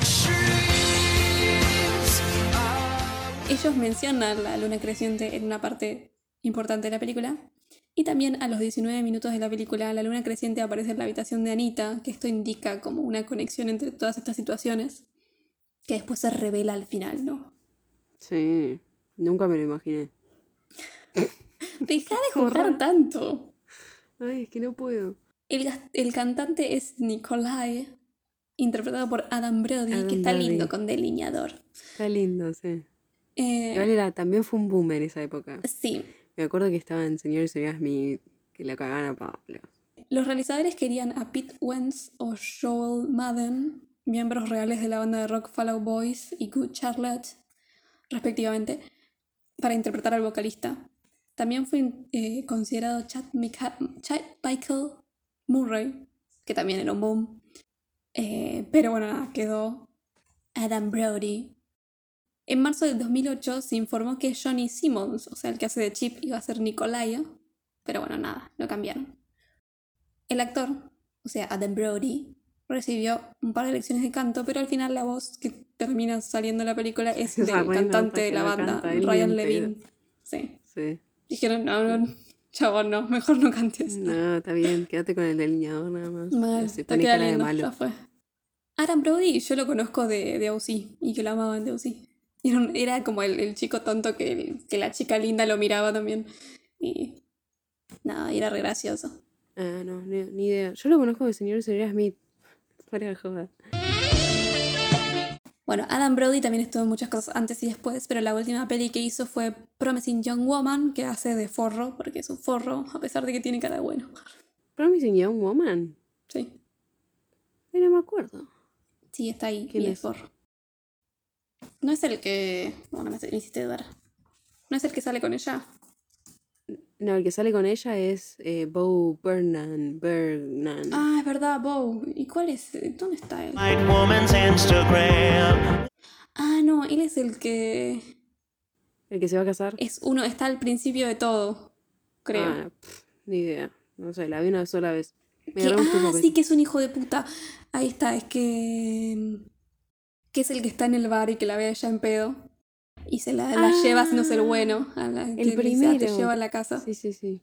Ellos mencionan la luna creciente en una parte importante de la película. Y también a los 19 minutos de la película, la luna creciente aparece en la habitación de Anita, que esto indica como una conexión entre todas estas situaciones, que después se revela al final, ¿no? Sí, nunca me lo imaginé. Deja de Como jugar raro. tanto. Ay, es que no puedo. El cantante es Nikolai, interpretado por Adam Brody, Adam que está Brody. lindo con delineador. Está lindo, sí. Eh, Igual también fue un boom en esa época. sí, Me acuerdo que estaba en Señor y Señora Smith, que la cagaban a Pablo. los realizadores querían a Pete Wentz o Joel Madden, miembros reales de la banda de rock Fall Out Boys y Good Charlotte, respectivamente, para interpretar al vocalista. También fue considerado Chad Michael Murray, que también era un boom. Pero bueno, nada, quedó Adam Brody. En marzo del 2008 se informó que Johnny Simmons, o sea, el que hace de Chip, iba a ser Nikolai, pero bueno, nada, lo cambiaron. El actor, o sea, Adam Brody, recibió un par de lecciones de canto, pero al final la voz que termina saliendo en la película es Esa del re cantante nota de que la no banda, canta él ni Ryan en Levine. pedo. Sí. Sí. Dijeron, no, chabón, no, mejor no cantes. No, está bien, quédate con el delineador nada más. Mal, Se te pone queda cara de lindo, malo. ya fue. Adam Brody yo lo conozco de OC y que lo amaba en The OC. Era como el chico tonto que la chica linda lo miraba también. Y nada, era re gracioso. Ah, no, ni idea. Yo lo conozco de Señor y Señora Smith. Fuera de joda. Bueno, Adam Brody también estuvo en muchas cosas antes y después, pero la última peli que hizo fue Promising Young Woman, que hace de forro, porque es un forro, a pesar de que tiene cara de bueno. Promising Young Woman. Sí, Ay, no me acuerdo. sí, está ahí ¿Quién y es es? forro. No es el que... Bueno, me hiciste dudar. No es el que sale con ella. No, el que sale con ella es Bo Burnham. Ah, es verdad, Bo. ¿Y cuál es? ¿Dónde está él? White woman's Instagram. Ah, no, él es el que El que se va a casar. está al principio de todo, creo. Ah, ni idea. No sé, la vi una sola vez. Me Que- re gustó esa ah, peli. sí, que es un hijo de puta. Ahí está, es que es el que está en el bar y que la ve allá en pedo. Y se la lleva haciéndose el bueno. A la que El le dice, "Ah, te primero. lleva a la casa". Sí, sí, sí.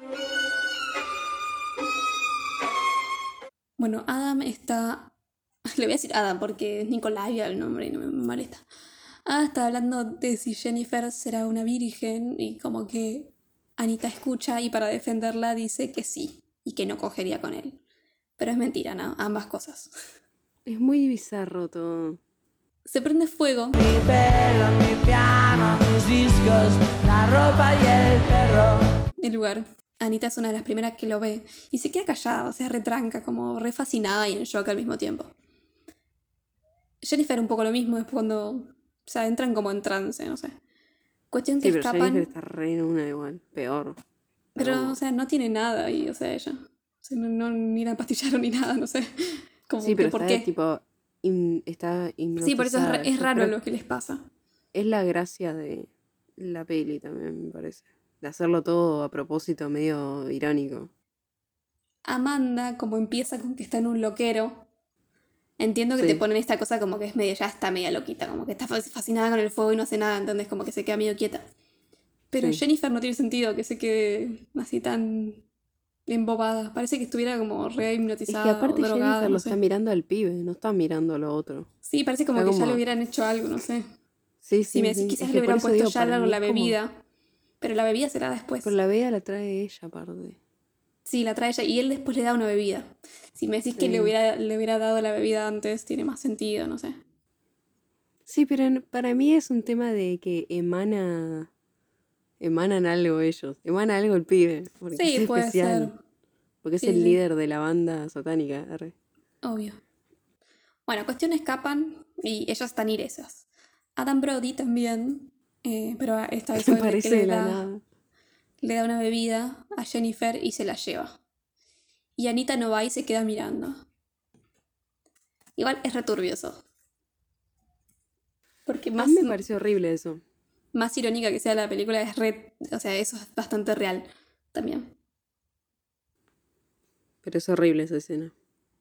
Bueno, Adam está... Le voy a decir Adam porque es Nicolai el nombre y no me molesta. Está hablando de si Jennifer será una virgen y como que Anita escucha y para defenderla dice que sí y que no cogería con él. Pero es mentira, ¿no? Ambas cosas. Es muy bizarro todo. Se prende fuego Mi pelo, mi piano, mis discos, la ropa y el perro. el lugar. Anita es una de las primeras que lo ve y se queda callada, o sea, retranca, como re fascinada y en shock al mismo tiempo. Jennifer un poco lo mismo, es cuando se adentran como en trance, no sé. Cuestión que Sí, pero escapan, Jennifer está re en una igual. Peor. pero, o sea, no tiene nada ahí, o sea, ella. O sea, ni la empastillaron ni nada, no sé. Como Sí, que pero ¿por está qué? tipo... está hipnotizada. Sí, por eso es Yo raro creo lo que les pasa. Es la gracia de la peli también, me parece. De hacerlo todo a propósito, medio irónico. Amanda, como empieza con que está en un loquero, entiendo que Sí. te ponen esta cosa como que es medio, ya está media loquita, como que está fascinada con el fuego y no hace nada, entonces como que se queda medio quieta. Pero Sí. Jennifer no tiene sentido que se quede así tan embobada. Parece que estuviera como re Es hipnotizada que aparte o drogada, Jennifer no lo sé. está mirando al pibe, no está mirando a lo otro. Sí, parece como Está que ya como- le hubieran hecho algo, no sé. Sí, Si me sí, decís sí. quizás Es le que por hubieran eso puesto digo, ya para mí la es como... bebida, pero la bebida será después. Pero la Bea la trae ella, aparte. Sí, la trae ella y él después le da una bebida. Si me decís que Sí. le hubiera dado la bebida antes, tiene más sentido, no sé. Sí, pero para mí es un tema de que emanan algo ellos. Emana algo el pibe, porque es Sí, puede ser. especial. Porque es Sí, el sí, líder de la banda satánica. Arre. obvio. Bueno, cuestión escapan y ellas están iresas. Adam Brody también, pero esta vez Aparece de la nada. le da una bebida a Jennifer y se la lleva. Y Anita no va y se queda mirando. Igual es returbioso. Porque A mí me pareció horrible eso. más irónica que sea la película es o sea, eso es bastante real también. Pero es horrible esa escena.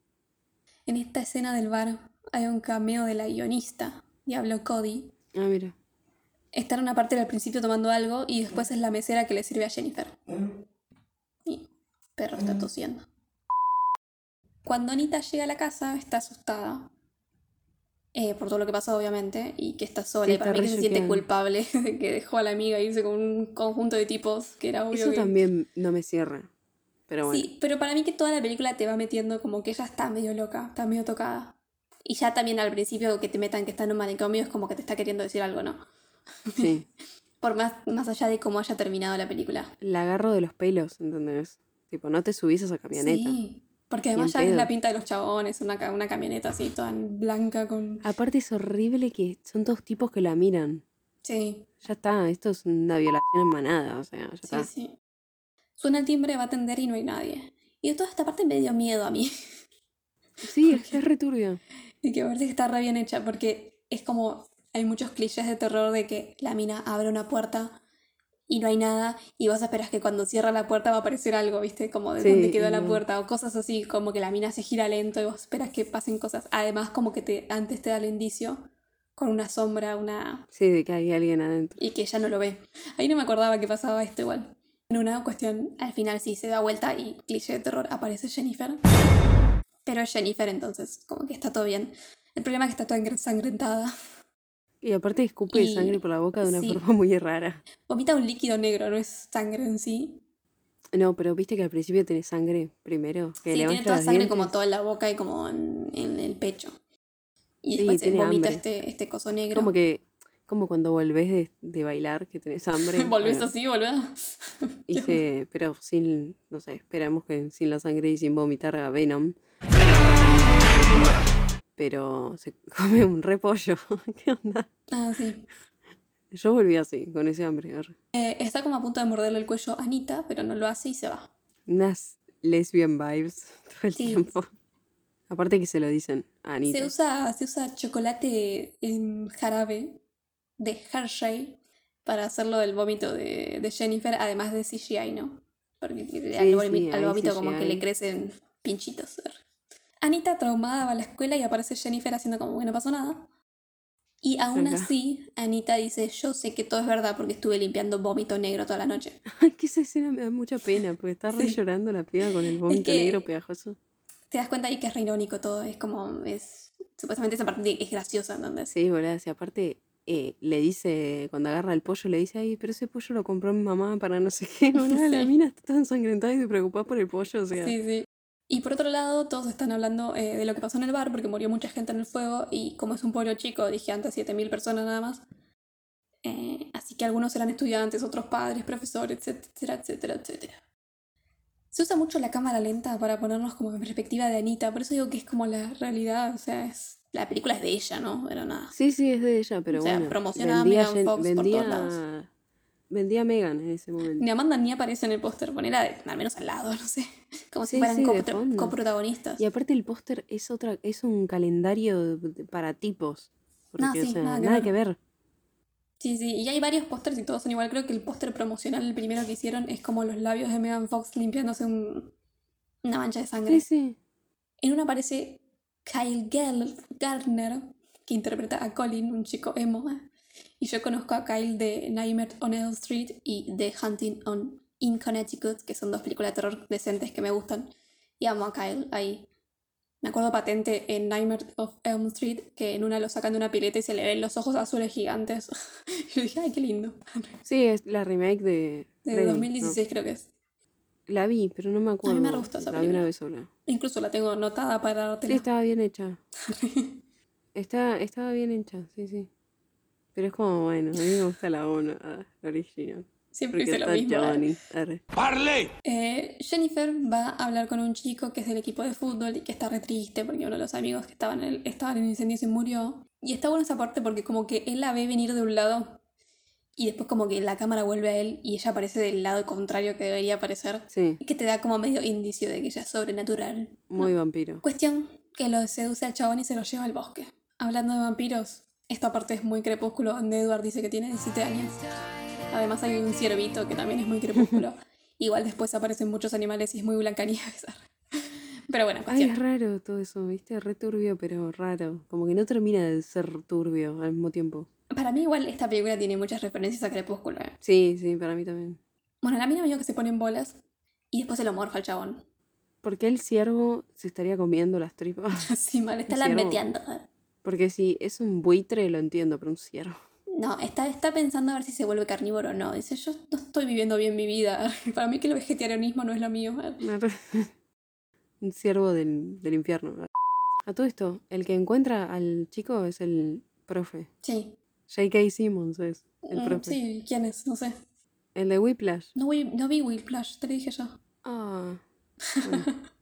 En esta escena del bar hay un cameo de la guionista, Diablo Cody. Ah, mira. Está en una parte del principio tomando algo y después es la mesera que le sirve a Jennifer. Y el perro está tosiendo. Cuando Anita llega a la casa está asustada. Por todo lo que pasó, obviamente, y que está sola. Sí, Y para está mí que re se siente choqueada. culpable de que dejó a la amiga irse con un conjunto de tipos que era obvio Eso que... también no me cierra. Pero bueno. Sí, pero para mí que toda la película te va metiendo como que ella está medio loca, está medio tocada. Y ya también al principio que te metan que está en un manicomio es como que te está queriendo decir algo, ¿no? Sí. Por más allá de cómo haya terminado la película. La agarro de los pelos, ¿entendés? Tipo, no te subís a esa camioneta. Sí, porque Ni además en ya es pedo. la pinta de los chabones, una camioneta así, toda blanca con... Aparte es horrible que son dos tipos que la miran. Sí, Ya está, esto es una violación en manada, o sea, ya sí, está. sí. Suena el timbre, va a atender y no hay nadie. Y de toda esta parte me dio miedo a mí. Sí, es returbio. Y que me parece que está re bien hecha, porque es como... Hay muchos clichés de terror de que la mina abre una puerta y no hay nada, y vos esperás que cuando cierra la puerta va a aparecer algo, ¿viste? Como de Sí, dónde quedó y la no. puerta, o cosas así, como que la mina se gira lento y vos esperás que pasen cosas. Además, como que antes te da el indicio con una sombra, Sí, de que hay alguien adentro. y que ella no lo ve. Ahí no me acordaba que pasaba esto igual. En una cuestión, al final sí se da vuelta y cliché de terror aparece Jennifer. Pero es Jennifer, entonces como que está todo bien. El problema es que está toda ensangrentada. Y aparte escupe Y sangre por la boca de una sí. forma muy rara. Vomita un líquido negro, no es sangre en sí. No, pero viste que al principio tenés sangre primero. Que Sí, le tiene mancha toda los sangre dientes. como toda en la boca y como en el pecho. Y Sí, después se tiene vomita hambre. este coso negro. Como cuando volvés de bailar, que tenés hambre. ¿Volvés Bueno, así, volvés? pero sin, no sé, esperamos que sin la sangre y sin vomitar a Venom. Pero se come un repollo. ¿Qué onda? Ah, sí. Yo volví así, con ese hambre. Arre. Está como a punto de morderle el cuello a Anita, pero no lo hace y se va. Unas lesbian vibes todo el Sí. tiempo. Aparte que se lo dicen a Anita. Se usa chocolate en jarabe de Hershey para hacerlo del vómito de Jennifer, además de CGI, ¿no? Porque al sí, al hay vómito como que CGI. le crecen pinchitos. Anita, traumada, va a la escuela y aparece Jennifer haciendo como que no pasó nada. Y aún Ajá. así, Anita dice, yo sé que todo es verdad porque estuve limpiando vómito negro toda la noche. Ay, que esa escena me da mucha pena, porque está re Sí. llorando la piba con el vómito que- negro pegajoso. Te das cuenta ahí que es re irónico todo, es como, supuestamente esa parte es graciosa, ¿entendés? Sí, boludo, si aparte le dice, cuando agarra el pollo, le dice, ay, pero ese pollo lo compró mi mamá para no sé qué, boludo, la Sí. mina está toda ensangrentada y se preocupa por el pollo, o sea. Sí, sí. Y por otro lado, todos están hablando de lo que pasó en el bar porque murió mucha gente en el fuego y como es un pueblo chico, dije antes 7000 personas nada más. Así que algunos eran estudiantes, otros padres, profesores, etcétera, etcétera, etcétera. Se usa mucho la cámara lenta para ponernos como en perspectiva de Anita, por eso digo que es como la realidad, o sea, la película es de ella, ¿no? Pero nada. Sí, sí, es de ella, pero O sea, bueno. promociona a Megan Fox por todos lados. vendía a Megan en ese momento. Ni Amanda ni aparece en el póster, ponela al menos al lado, no sé. Como si Sí, fueran sí, de fondo. coprotagonistas. Y aparte el póster es un calendario para tipos. Porque, No, sí, o sea, nada que nada ver. que ver. Sí, sí, y hay varios pósters y todos son igual. Creo que el póster promocional, el primero que hicieron, es como los labios de Megan Fox limpiándose una mancha de sangre. Sí, sí. En una aparece Kyle Gardner, que interpreta a Colin, un chico emo. Y yo conozco a Kyle de Nightmare on Elm Street y de Hunting in Connecticut, que son dos películas de terror decentes que me gustan. Y amo a Kyle ahí. Me acuerdo patente en Nightmare of Elm Street que en una lo sacan de una pileta y se le ven los ojos azules gigantes. Yo dije, ay, qué lindo. Sí, es la remake de De Freddy, 2016 creo que es. ¿no? La vi, pero no me A acuerdo. mí me re gustó esa La vi una película. vez sola. Incluso la tengo anotada para Sí, dártela. estaba bien hecha. Estaba bien hecha, sí, sí. Pero es como, bueno, a mí me gusta la 1, la original. Siempre Porque dice lo está mismo. Johnny. Arre. Jennifer va a hablar con un chico que es del equipo de fútbol y que está re triste porque uno de los amigos que estaban en el incendio se murió. Y está buena esa parte porque como que él la ve venir de un lado y después como que la cámara vuelve a él y ella aparece del lado contrario que debería aparecer. Sí, Y que te da como medio indicio de que ella es sobrenatural. muy vampiro. Cuestión que lo seduce al chabón y se lo lleva al bosque. Hablando de vampiros, esta parte es muy crepúsculo, donde Edward dice que tiene 17 años. Además hay un ciervito que también es muy crepúsculo. Igual después aparecen muchos animales y es muy Blancanieves. Pero bueno, Ay, cuestión. es raro todo eso, ¿viste? Re turbio, pero raro. Como que no termina de ser turbio al mismo tiempo. Para mí igual esta película tiene muchas referencias a Crepúsculo. Sí, sí, para mí también. Bueno, la mina medio que se pone en bolas y después se lo morfa al chabón. ¿Por qué el ciervo se estaría comiendo las tripas? Así mal, está El ciervo. lambeteando. Porque si es un buitre lo entiendo, pero un ciervo. No, está pensando a ver si se vuelve carnívoro o no. Dice, yo no estoy viviendo bien mi vida. Para mí que el vegetarianismo no es lo mío. Un ciervo del infierno. A todo esto, el que encuentra al chico es el profe. Sí. J.K. Simmons es el profe. Sí, ¿quién es? No sé. El de Whiplash. No vi Whiplash, te lo dije yo. Ah. Bueno.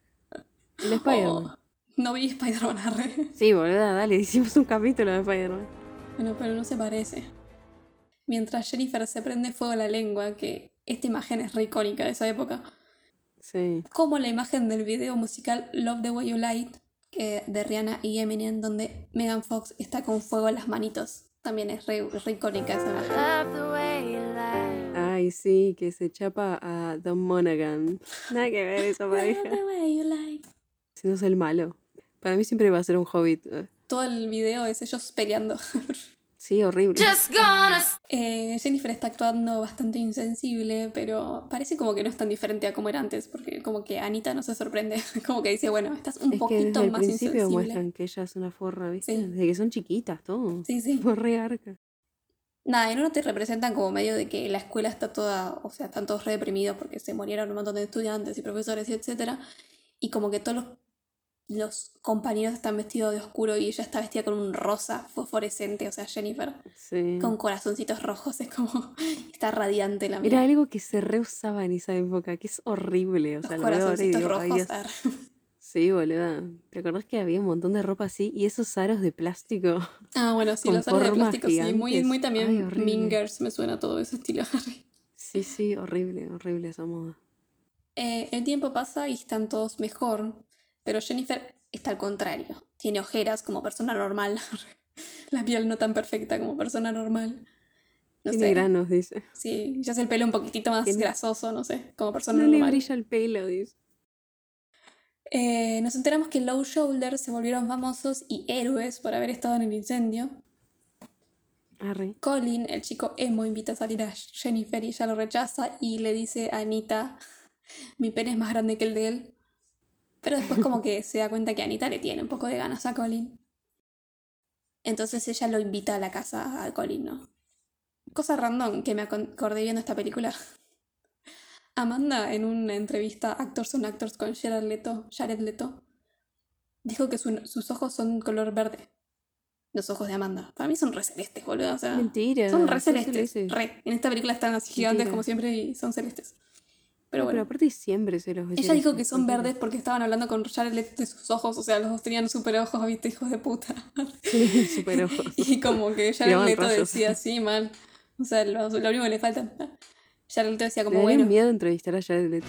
El de Spider-Man. Oh, no vi Spider-Man arre. Sí, boluda, dale, hicimos un capítulo de Spider-Man. Bueno, pero no se parece. Mientras Jennifer se prende fuego a la lengua, que esta imagen es re icónica de esa época, Sí. como la imagen del video musical Love the Way You Lie, de Rihanna y Eminem, donde Megan Fox está con fuego en las manitos. También es re icónica esa imagen. Love the way you lie. Ay, sí, que se chapa a Don Monaghan. Nada que ver esa Love pareja. the way you lie. Si no es el malo. Para mí siempre va a ser un hobbit. Todo el video es ellos peleando. Sí, horrible. Just gonna Jennifer está actuando bastante insensible, pero parece como que no es tan diferente a como era antes, porque como que Anita no se sorprende, como que dice, bueno, estás un Es que poquito desde el más principio insensible. muestran que ella es una forra, ¿viste? Sí. Desde que son chiquitas, todo. Sí, sí. Fue re arca. Nada, en uno te representan como medio de que la escuela está toda, o sea, están todos re deprimidos porque se murieron un montón de estudiantes y profesores y etcétera, y como que todos los compañeros están vestidos de oscuro y ella está vestida con un rosa fosforescente, o sea, Jennifer, Sí. con corazoncitos rojos, es como, está radiante la Era mina. algo que se reusaba en esa época, que es horrible. O Los sea, lo veo ahora y corazoncitos digo, ay rojos. Dios. Sí, boluda. ¿Te acordás que había un montón de ropa así? Y esos aros de plástico. Ah, bueno, sí, Con los aros de formas plástico, sí, muy gigantes. también Ay, horrible. Mean Girls, me suena todo ese estilo. Sí, sí, horrible, horrible esa moda. El tiempo pasa y están todos mejor, pero Jennifer está al contrario. Tiene ojeras como persona normal, la piel no tan perfecta como persona normal. No Tiene sé, granos, dice. sí, ya es el pelo un poquitito más Tiene- grasoso, no sé, como persona No le normal. brilla el pelo, dice. Nos enteramos que Low Shoulder se volvieron famosos y héroes por haber estado en el incendio. Arre. Colin, el chico emo, invita a salir a Jennifer y ella lo rechaza y le dice a Anita, mi pene es más grande que el de él. Pero después como que se da cuenta que Anita le tiene un poco de ganas a Colin. Entonces ella lo invita a la casa a Colin, ¿no? Cosa random que me acordé viendo esta película. Amanda, en una entrevista Actors on Actors con Jared Leto, dijo que sus ojos son color verde. Los ojos de Amanda. Para mí son re celestes, boludo. O sea, Mentira. son re son celestes. celestes. Re. En esta película están así gigantes Mentira. como siempre y son celestes. Pero No, bueno. pero aparte siempre se los ve Ella dijo que celestes, son mentira. verdes porque estaban hablando con Jared Leto de sus ojos. O sea, los dos tenían super ojos, viste, hijos de puta. Sí, super ojos. Y como que Jared Tiraban Leto rayos. decía así, mal. O sea, lo único que le falta. Jared Leto decía Me como, daría bueno, miedo entrevistar a Jared Leto.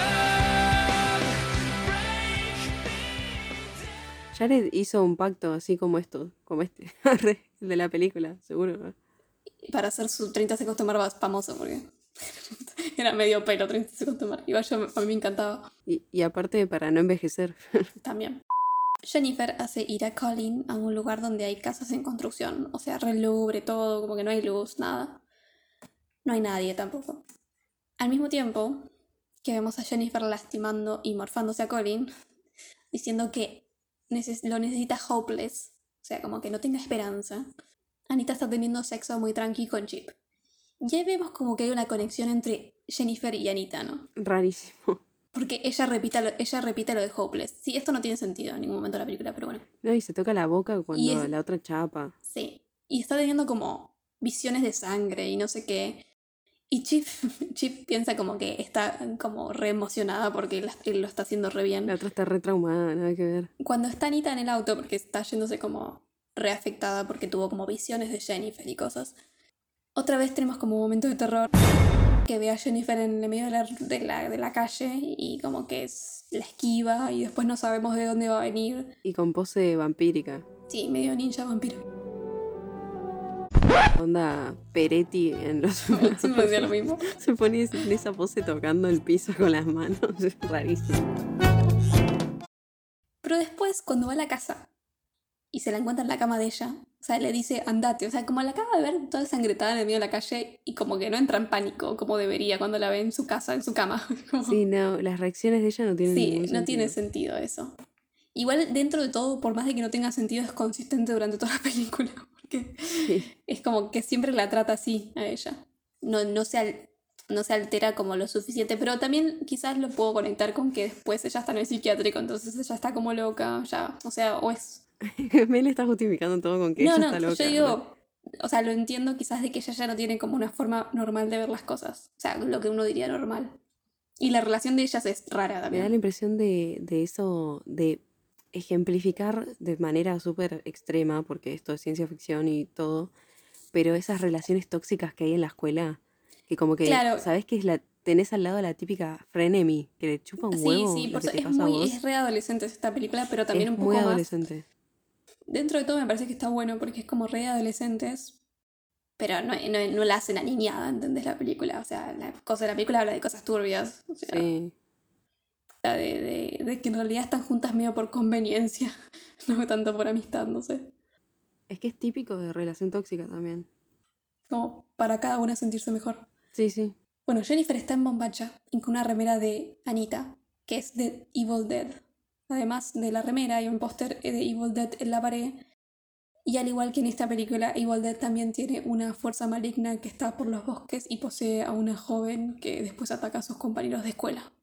Jared hizo un pacto así como esto, como este, Arre, el de la película, seguro. ¿No? para hacer su 30 Seconds to Mars más famoso, porque era medio pelo 30 Seconds to Mars. Igual a mí me encantaba Y aparte para no envejecer. también. Jennifer hace ir a Colin a un lugar donde hay casas en construcción, o sea, re lúgubre todo, como que no hay luz, nada. No hay nadie tampoco. Al mismo tiempo que vemos a Jennifer lastimando y morfándose a Colin, diciendo que lo necesita hopeless, o sea, como que no tenga esperanza, Anita está teniendo sexo muy tranqui con Chip. Y ahí vemos como que hay una conexión entre Jennifer y Anita, ¿no? Rarísimo. Porque ella repite lo de hopeless. Sí, esto no tiene sentido en ningún momento de la película, pero bueno. No, y se toca la boca Y cuando es- la otra chapa. Sí. Y está teniendo como visiones de sangre y no sé qué. Y Chip, Chip piensa como que está como re emocionada porque él lo está haciendo re bien. La otra está re traumada, nada que ver. Cuando está Anita en el auto, porque está yéndose como reafectada porque tuvo como visiones de Jennifer y cosas. Otra vez tenemos como un momento de terror que ve a Jennifer en el medio de la calle y como que la esquiva y después no sabemos de dónde va a venir. Y con pose vampírica. Sí, medio ninja vampiro. Onda Peretti en los... Siempre decía lo mismo. Se pone en esa pose tocando el piso con las manos. Es rarísimo. Pero después, cuando va a la casa y se la encuentra en la cama de ella, o sea, le dice, andate. O sea, como la acaba de ver toda sangretada en el medio de la calle y como que no entra en pánico como debería cuando la ve en su casa, en su cama. Como- Sí, no, las reacciones de ella no tienen Sí, ningún no sentido. tiene sentido eso. Igual, dentro de todo, por más de que no tenga sentido, es consistente durante toda la película. Porque Sí. es como que siempre la trata así a ella. No se altera como lo suficiente. Pero también quizás lo puedo conectar con que después ella está en el psiquiátrico, entonces ella está como loca, ya. O sea, o es... Mel está justificando todo con que No, ella no, está loca. yo digo... O sea, lo entiendo quizás de que ella ya no tiene como una forma normal de ver las cosas. O sea, lo que uno diría normal. Y la relación de ellas es rara Me da también. la impresión de eso, de ejemplificar de manera súper extrema, porque esto es ciencia ficción y todo, pero esas relaciones tóxicas que hay en la escuela, que como que, Claro. ¿sabes que tenés al lado a la típica frenemy, que le chupa un Sí, huevo sí, lo por que eso te es pasa a vos? es re adolescente esta película, pero también Es un poco muy más. adolescente. Dentro de todo me parece que está bueno porque es como re adolescentes, pero no la hacen aniñada, ¿entendés? La película. O sea, la película habla de cosas turbias. O sea, Sí. de que en realidad están juntas medio por conveniencia, no tanto por amistad, no sé. Es que es típico de relación tóxica también. Como para cada una sentirse mejor. Sí, sí. Bueno, Jennifer está en bombacha y con una remera de Anita, que es de Evil Dead. Además de la remera hay un póster de Evil Dead en la pared. Y al igual que en esta película, Evil Dead también tiene una fuerza maligna que está por los bosques y posee a una joven que después ataca a sus compañeros de escuela.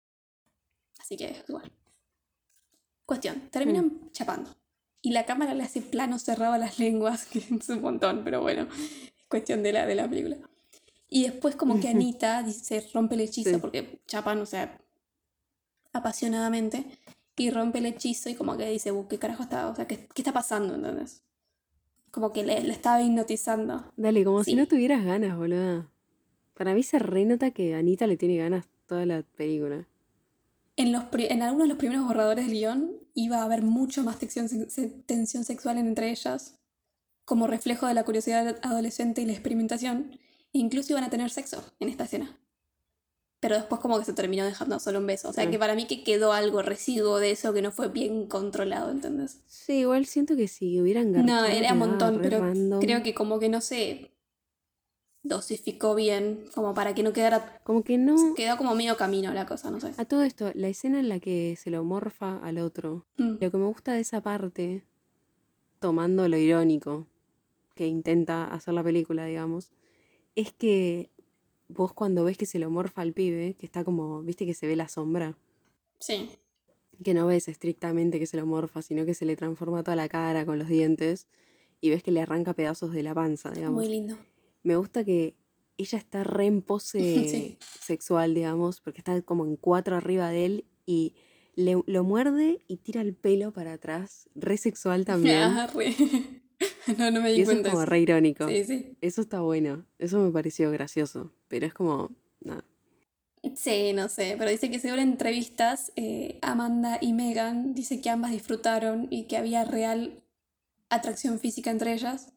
Así que es igual. Cuestión, terminan chapando. Y la cámara le hace plano cerrado a las lenguas, que es un montón, pero bueno, es cuestión de la película. Y después como que Anita dice, rompe el hechizo, Sí. porque chapan, o sea, apasionadamente, y rompe el hechizo y como que dice, ¿qué carajo está? O sea, ¿qué está pasando? ¿Entendés? Como que le estaba hipnotizando. Dale, como Sí. si no tuvieras ganas, boluda. Para mí se renota que Anita le tiene ganas toda la película. En algunos de los primeros borradores del guión iba a haber mucho más tensión sexual entre ellas, como reflejo de la curiosidad adolescente y la experimentación, e incluso iban a tener sexo en esta escena. Pero después como que se terminó dejando solo un beso. O sea, que para mí que quedó algo residuo de eso que no fue bien controlado, ¿entendés? Sí, igual siento que si hubieran No, garchado era un quedaba montón, re pero random. creo que como que no se dosificó bien, como para que no quedara... Como que no... Quedó como medio camino la cosa, no sé. A todo esto, la escena en la que se lo morfa al otro, Mm. lo que me gusta de esa parte, tomando lo irónico que intenta hacer la película, digamos, es que vos cuando ves que se lo morfa al pibe, que está como, viste que se ve la sombra, Sí. que no ves estrictamente que se lo morfa, sino que se le transforma toda la cara con los dientes y ves que le arranca pedazos de la panza, digamos. Muy lindo. Me gusta que ella está re en pose Sí. sexual, digamos, porque está como en 4 arriba de él y lo muerde y tira el pelo para atrás, re sexual también. Ah, re. No me Y di eso es cuenta. como de eso. re irónico. Sí, sí. Eso está bueno, eso me pareció gracioso, pero es como, nada. Sí, no sé, pero dice que según entrevistas, Amanda y Megan dice que ambas disfrutaron y que había real atracción física entre ellas.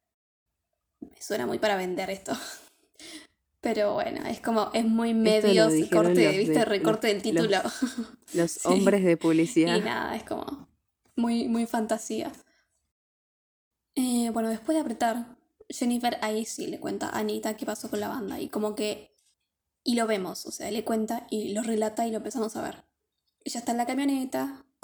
Me suena muy para vender esto. Pero bueno, es como, es muy Esto medios, lo dijeron corte, los ¿viste? de- Recorte del título. Los Sí. hombres de Y publicidad. nada, es como muy, muy fantasía. Bueno, después de apretar, Jennifer ahí sí le cuenta a Anita qué pasó con la banda y como que... Y lo vemos, o sea, le cuenta y lo relata y lo empezamos a ver. Ella está en la camioneta,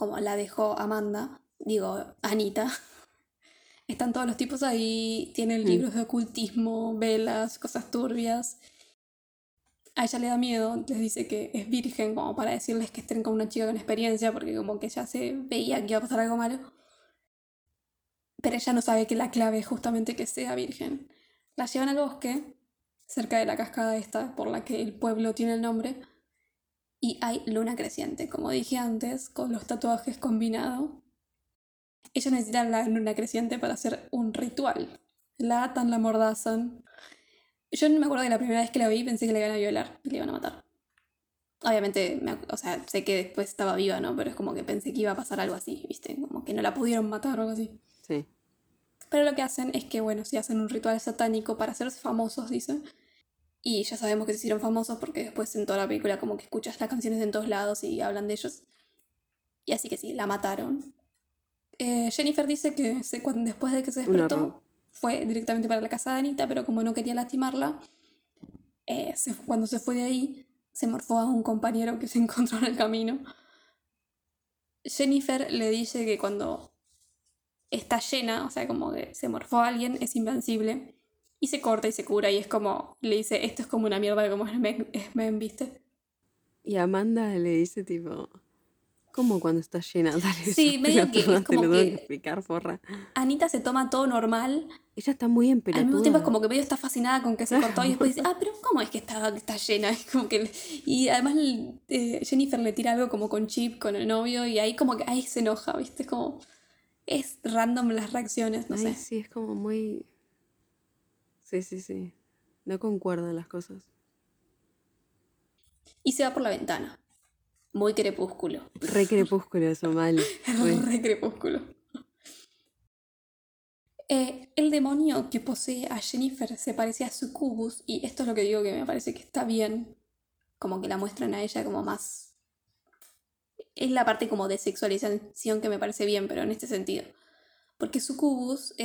como la dejó Amanda, digo, Anita. Están todos los tipos ahí, tienen libros de ocultismo, velas, cosas turbias. A ella le da miedo, les dice que es virgen como para decirles que estén con una chica con experiencia, porque como que ya se veía que iba a pasar algo malo. Pero ella no sabe que la clave es justamente que sea virgen. La llevan al bosque, cerca de la cascada esta por la que el pueblo tiene el nombre, y hay luna creciente, como dije antes, con los tatuajes combinados. Ella necesita la luna creciente para hacer un ritual. La atan, la mordazan. Yo no me acuerdo que la primera vez que la vi pensé que la iban a violar y la iban a matar. Obviamente, o sea, sé que después estaba viva, ¿no? Pero es como que pensé que iba a pasar algo así, ¿viste? Como que no la pudieron matar o algo así. Sí. Pero lo que hacen es que, bueno, sí hacen un ritual satánico para hacerse famosos, dicen. Y ya sabemos que se hicieron famosos porque después en toda la película como que escuchas las canciones en todos lados y hablan de ellos. Y así que sí, la mataron. Jennifer dice que después de que se despertó fue directamente para la casa de Anita, pero como no quería lastimarla, cuando se fue de ahí se morfó a un compañero que se encontró en el camino. Jennifer le dice que cuando está llena, o sea, como que se morfó a alguien, es invencible. Y se corta y se cura y es como, le dice, esto es como una mierda como es men, ¿viste? Y Amanda le dice tipo, ¿cómo cuando estás llena? Dale, Sí, medio que es como te lo tengo que que explicar, forra. Anita se toma todo normal. Ella está muy Al mismo tiempo es empelotuda. como que medio está fascinada con que se cortó y después dice, pero ¿cómo es que está llena? Es como que, y además Jennifer le tira algo como con Chip, con el novio, y ahí como que ahí se enoja, ¿viste? Es como, es random las reacciones, no Ay, sé. sí, es como muy... Sí. No concuerdan las cosas. Y se va por la ventana. Muy crepúsculo. Re crepúsculo eso, mal. Re crepúsculo. El demonio que posee a Jennifer se parece a Succubus, y esto es lo que digo que me parece que está bien, como que la muestran a ella como más... Es la parte como de sexualización que me parece bien, pero en este sentido. Porque Succubus,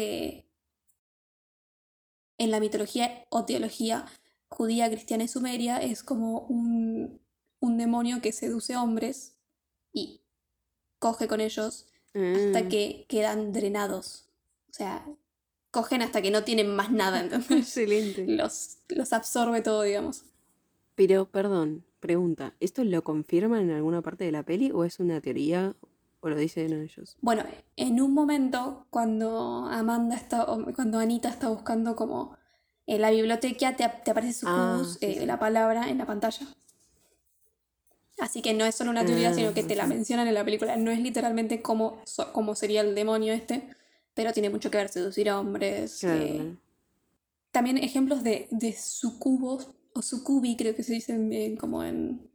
en la mitología o teología judía, cristiana y sumeria, es como un demonio que seduce hombres y coge con ellos hasta que quedan drenados. O sea, cogen hasta que no tienen más nada, ¿entendés? Excelente. Los absorbe todo, digamos. Pero, perdón, pregunta, ¿esto lo confirman en alguna parte de la peli o es una teoría o lo dicen ellos? Bueno, en un momento, cuando Anita está buscando como en la biblioteca, te aparece Succubus, sí. la palabra en la pantalla. Así que no es solo una teoría, sino que te la mencionan en la película. No es literalmente como sería el demonio este, pero tiene mucho que ver seducir a hombres. Claro. También ejemplos de sucubos, o sucubi creo que se dicen como en...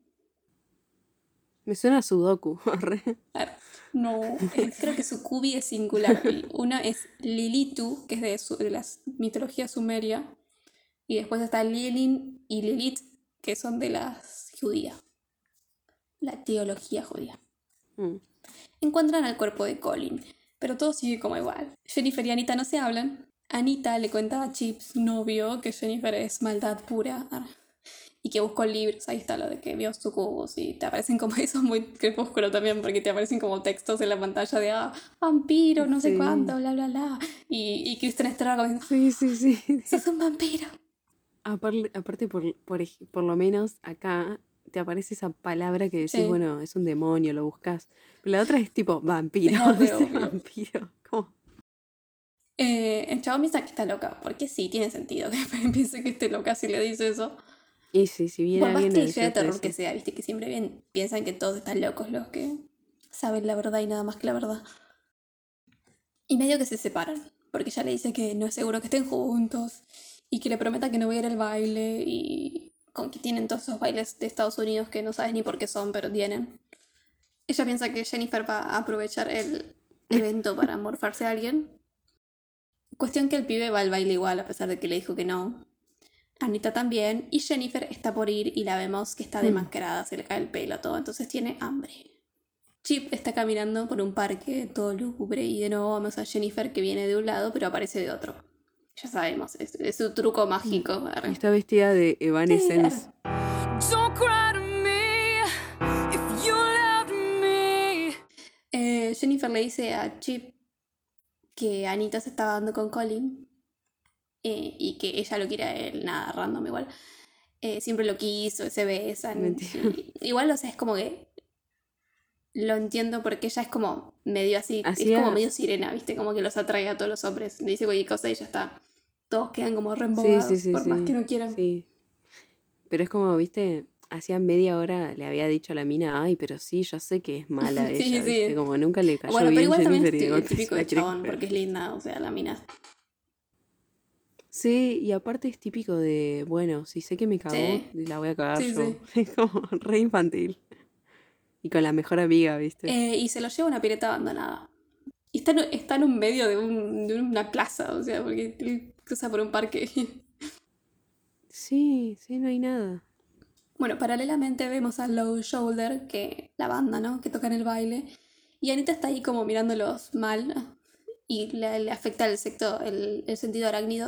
Me suena a Sudoku. Re. No, creo que sucubi es singular. Una es Lilitu, que es de la mitología sumeria, y después está Lilin y Lilith, que son de las judías. La teología judía. Encuentran al cuerpo de Colin, pero todo sigue como igual. Jennifer y Anita no se hablan. Anita le cuenta a Chip, su novio, que Jennifer es maldad pura y que buscó libros. Ahí está lo de que vio Succubus y te aparecen como eso, es muy crepúsculo también, porque te aparecen como textos en la pantalla de vampiro, no sé Sí. cuánto, bla bla bla. Y Kristen Stewart como Sí. sos un vampiro. Aparte por lo menos acá te aparece esa palabra que decís, Sí. bueno, es un demonio, lo buscas. Pero la otra es tipo vampiro. Es re dice obvio. vampiro. ¿Cómo? El chavo piensa que está loca, porque sí, tiene sentido que piense que esté loca si le dice eso. Y sí, si bien Por más alguien cliché de decirte terror eso. que sea, viste, que siempre piensan que todos están locos los que saben la verdad y nada más que la verdad. Y medio que se separan, porque ella le dice que no es seguro que estén juntos y que le prometa que no va a ir al baile y con que tienen todos esos bailes de Estados Unidos que no sabes ni por qué son, pero tienen. Ella piensa que Jennifer va a aprovechar el evento para morfarse a alguien. Cuestión que el pibe va al baile igual, a pesar de que le dijo que no. Anita también, y Jennifer está por ir y la vemos que está demascarada, se le cae el pelo, todo, entonces tiene hambre. Chip está caminando por un parque todo lúgubre y de nuevo vemos a Jennifer que viene de un lado pero aparece de otro. Ya sabemos, es su truco mágico. Está vestida de Evanescence. Don't cry to me if you loved me. Jennifer le dice a Chip que Anita se estaba dando con Colin y que ella lo quiere a él, nada, random igual. Siempre lo quiso, se besan. Mentira. Igual, o sea, es como que lo entiendo porque ella es como medio así, es Hacía- como medio sirena, ¿viste? Como que los atrae a todos los hombres. Le dice cualquier cosa y ya está. Todos quedan como Sí, reembobados sí, sí, por sí. más que no quieran. Sí. Pero es como, viste, hacía media hora le había dicho a la mina, ay, pero sí, yo sé que es mala Sí, ella, sí. ¿viste? Como nunca le cayó Bueno, pero bien igual también Jennifer y de es golpe típico se la de quiere chabón, coger. porque es linda, o sea, la mina. Sí, y aparte es típico de, bueno, si sé que me cagó, Sí. la voy a cagar Sí, yo. sí. Es como re infantil. Y con la mejor amiga, ¿viste? Y se lo lleva a una pileta abandonada. Y está en un medio de una plaza, o sea, porque él cruza por un parque. Sí, sí, no hay nada. Bueno, paralelamente vemos a Low Shoulder, que la banda, ¿no? Que toca en el baile. Y Anita está ahí como mirándolos mal. Y le afecta el sentido arácnido.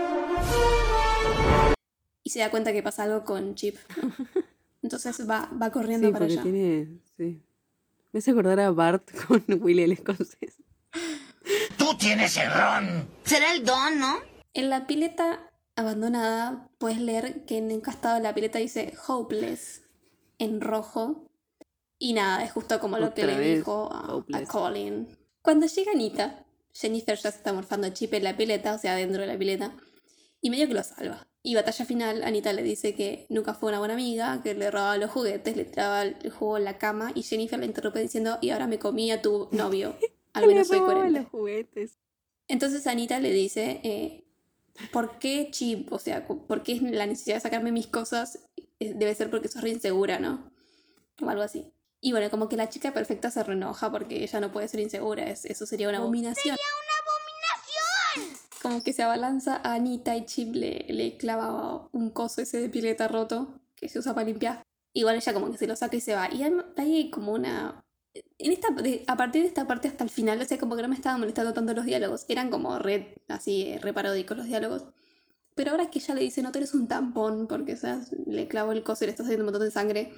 Y se da cuenta que pasa algo con Chip, ¿no? Entonces va corriendo Sí, para porque allá. tiene, sí. Me hace acordar a Bart con Willy el escocés. Tú tienes el ron. Será el don, ¿no? En la pileta abandonada puedes leer que en encastado de la pileta dice Hopeless en rojo. Y nada, es justo como lo que Otra le vez, dijo a Hopeless. Colin. Cuando llega Anita, Jennifer ya se está morfando a Chip en la pileta, o sea, dentro de la pileta, y medio que lo salva. Y batalla final, Anita le dice que nunca fue una buena amiga, que le robaba los juguetes, le tiraba el juego en la cama, y Jennifer le interrumpe diciendo, y ahora me comí a tu novio. Al menos soy Le robaba coherente. los juguetes. Entonces Anita le dice, ¿por qué Chip? O sea, ¿por qué la necesidad de sacarme mis cosas? Debe ser porque sos re insegura, ¿no? O algo así. Y bueno, como que la chica perfecta se reenoja porque ella no puede ser insegura. Eso sería una abominación. ¡Sería una abominación! Como que se abalanza a Anita y Chip le clava un coso ese de pileta roto que se usa para limpiar. Igual ella como que se lo saca y se va. Y hay como una... a partir de esta parte hasta el final, o sea, como que no me estaban molestando tanto los diálogos. Eran como re paródicos los diálogos. Pero ahora que ella le dice, no, tú eres un tampón, porque, o sea, le clavó el coso y le está saliendo un montón de sangre.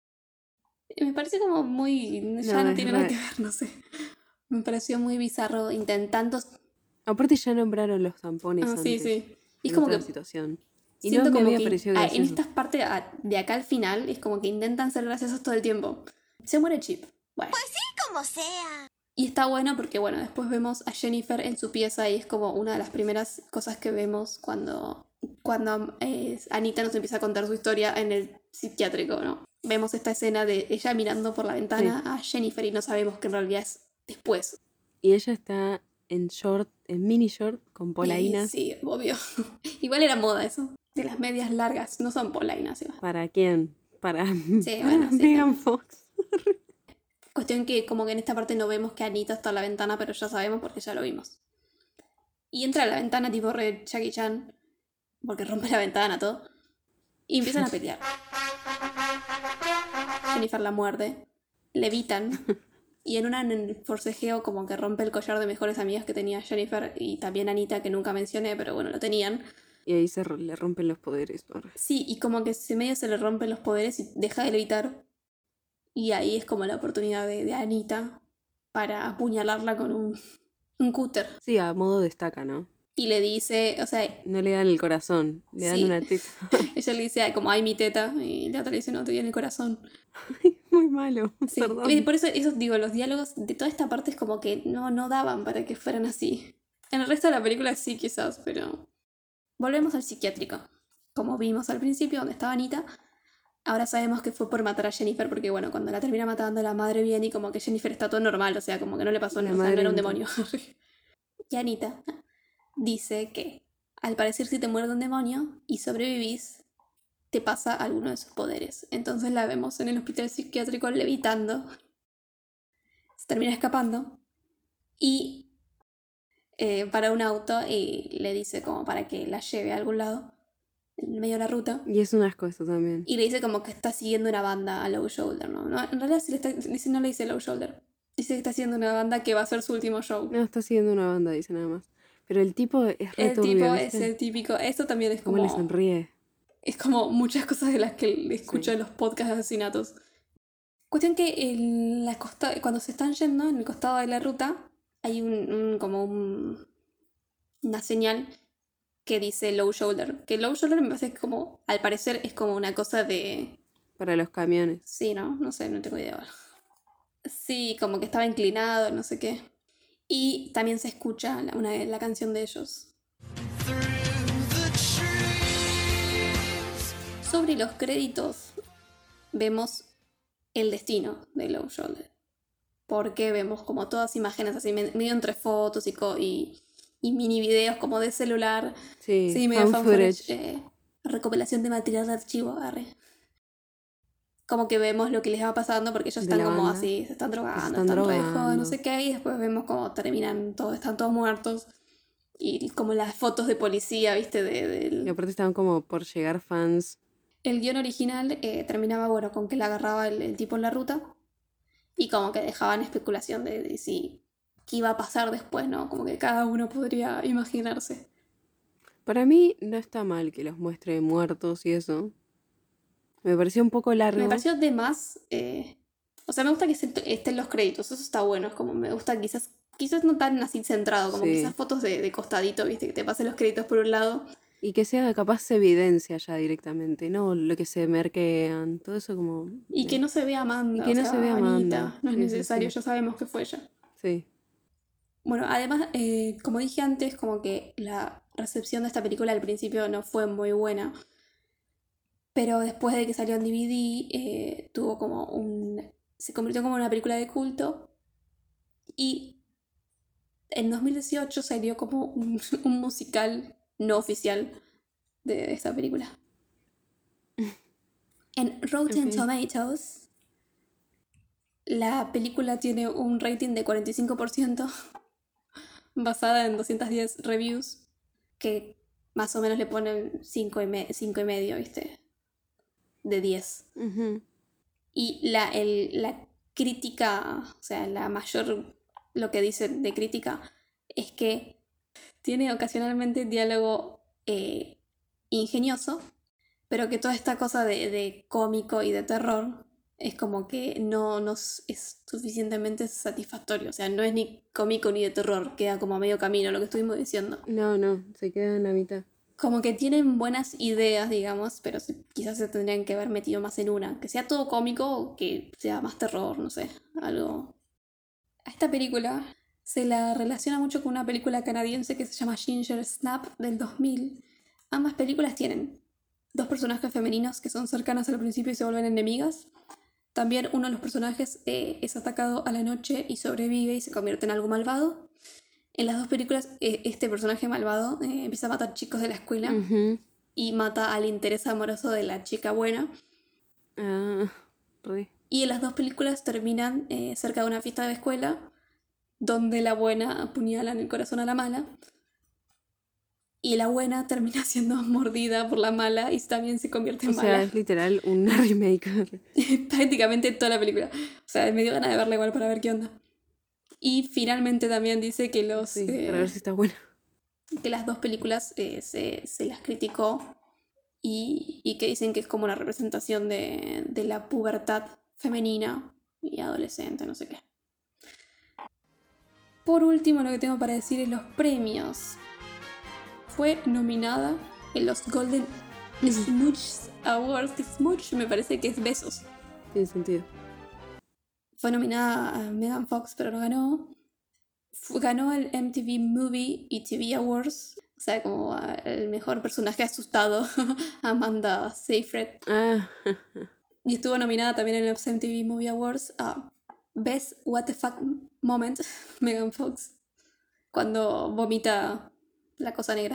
Me parece como muy... Ya no es tiene nada re- que ver, no sé. Me pareció muy bizarro intentando... Aparte ya nombraron los tampones Ah, sí, antes. sí. Y es En como otra que situación. Y siento no me como había que parecido en gracioso. estas partes de acá al final es como que intentan ser graciosos todo el tiempo. Se muere Chip. Bueno. Como sea. Y está bueno porque, bueno, después vemos a Jennifer en su pieza y es como una de las primeras cosas que vemos cuando Anita nos empieza a contar su historia en el psiquiátrico, ¿no? Vemos esta escena de ella mirando por la ventana a Jennifer y no sabemos que en realidad es después. Y ella está en short, en mini short, con polainas. Sí, obvio. Igual era moda eso. De las medias largas, no son polainas. Igual. ¿Para quién? Para, Sí, para bueno, sí, Megan también. Fox. Cuestión que como que en esta parte no vemos que Anita está a la ventana, pero ya sabemos porque ya lo vimos. Y entra a la ventana tipo re Jackie Chan, porque rompe la ventana todo. Y empiezan a pelear. Jennifer la muerde, levitan, y en el forcejeo como que rompe el collar de mejores amigas que tenía Jennifer y también Anita, que nunca mencioné, pero bueno, lo tenían. Y ahí le rompen los poderes. Sí, y como que medio se le rompen los poderes y deja de levitar. Y ahí es como la oportunidad de Anita para apuñalarla con un cúter. Sí, a modo de estaca, ¿no? Y le dice, o sea, No le dan el corazón, le dan Sí. una teta. ella le dice como, ay, mi teta, y la otra le dice, no, te di en el corazón. Muy malo, Sí. perdón. Y por eso digo, los diálogos de toda esta parte es como que no daban para que fueran así. En el resto de la película sí, quizás, pero... Volvemos al psiquiátrico. Como vimos al principio, donde estaba Anita, ahora sabemos que fue por matar a Jennifer, porque bueno, cuando la termina matando la madre viene y como que Jennifer está todo normal, o sea, como que no le pasó La nada, o sea, no madre era un entra. demonio. Y Anita dice que al parecer si te muerde un demonio y sobrevivís, te pasa alguno de sus poderes. Entonces la vemos en el hospital psiquiátrico levitando. Se termina escapando y para un auto y le dice como para que la lleve a algún lado en medio de la ruta. Y es un asco eso también. Y le dice como que está siguiendo una banda a Low Shoulder, ¿no? En realidad no le dice Low Shoulder. Dice que está haciendo una banda que va a ser su último show. No, está siguiendo una banda, dice nada más. Pero el tipo es re El turbio, tipo ¿viste? es el típico. Esto también es Cómo como... le sonríe. Es como muchas cosas de las que le escucho Sí. en los podcasts de asesinatos. Cuestión que cuando se están yendo, en el costado de la ruta, hay una señal que dice low shoulder. Que low shoulder me parece que como, al parecer, es como una cosa de... Para los camiones. Sí, ¿no? No sé, no tengo idea ahora. Sí, como que estaba inclinado, no sé qué. Y también se escucha la canción de ellos. Sobre los créditos vemos el destino de Low Shoulder. Porque vemos como todas imágenes así, medio entre fotos y mini videos como de celular. Sí, medio found footage. Recopilación de material de archivo, arre. Como que vemos lo que les va pasando porque ellos De están la como banda. así, se están drogando, están están re drogando. jodas, no sé qué, y después vemos como terminan todos, están todos muertos. Y como las fotos de policía, ¿viste? Y aparte estaban como por llegar fans. El guión original terminaba, bueno, con que la agarraba el tipo en la ruta y como que dejaban especulación de si qué iba a pasar después, ¿no? Como que cada uno podría imaginarse. Para mí no está mal que los muestre muertos y eso. Me pareció un poco largo. Me pareció de más... o sea, me gusta que estén los créditos, eso está bueno, es como me gusta quizás no tan así centrado, como Sí. quizás fotos de costadito, ¿viste? Que te pasen los créditos por un lado. Y que sea capaz evidencia ya directamente, no lo que se merquean, todo eso como... Y que no se vea Amanda, Y que o no sea, se vea Anita, Amanda. no es Sí, sí, necesario, sí. ya sabemos que fue ella. Sí. Bueno, además, como dije antes, como que la recepción de esta película al principio no fue muy buena, pero después de que salió en DVD, se convirtió como en una película de culto y en 2018 salió como un musical no oficial de esta película. En Rotten Ok. Tomatoes, la película tiene un rating de 45%, basada en 210 reviews, que más o menos le ponen 5,5, ¿viste? De 10. Ujú. Y la crítica, o sea, lo que dice de crítica, es que tiene ocasionalmente diálogo ingenioso, pero que toda esta cosa de cómico y de terror es como que no es suficientemente satisfactorio. O sea, no es ni cómico ni de terror, queda como a medio camino lo que estuvimos diciendo. No, se queda en la mitad. Como que tienen buenas ideas, digamos, pero quizás se tendrían que haber metido más en una. Que sea todo cómico o que sea más terror, no sé, algo. A esta película se la relaciona mucho con una película canadiense que se llama Ginger Snap del 2000. Ambas películas tienen dos personajes femeninos que son cercanas al principio y se vuelven enemigas. También uno de los personajes es atacado a la noche y sobrevive y se convierte en algo malvado. En las dos películas, este personaje malvado empieza a matar chicos de la escuela Ujú. y mata al interés amoroso de la chica buena. Ah, re. Y en las dos películas terminan cerca de una fiesta de escuela donde la buena apuñala en el corazón a la mala. Y la buena termina siendo mordida por la mala y también se convierte en O sea, mala. es literal una remake. Prácticamente toda la película. O sea, me dio ganas de verla igual para ver qué onda. Y finalmente también dice que Sí, para ver si está buena. que las dos películas se las criticó y que dicen que es como una representación de la pubertad femenina y adolescente, no sé qué. Por último, lo que tengo para decir es los premios. Fue nominada en los Golden Smooch Awards. Smooch me parece que es besos. Tiene sentido. Fue nominada a Megan Fox, pero no ganó. Ganó el MTV Movie y TV Awards. O sea, como el mejor personaje asustado, Amanda Seyfried. Ah, Y estuvo nominada también en los MTV Movie Awards a Best What the Fuck Moment, Megan Fox, cuando vomita la cosa negra.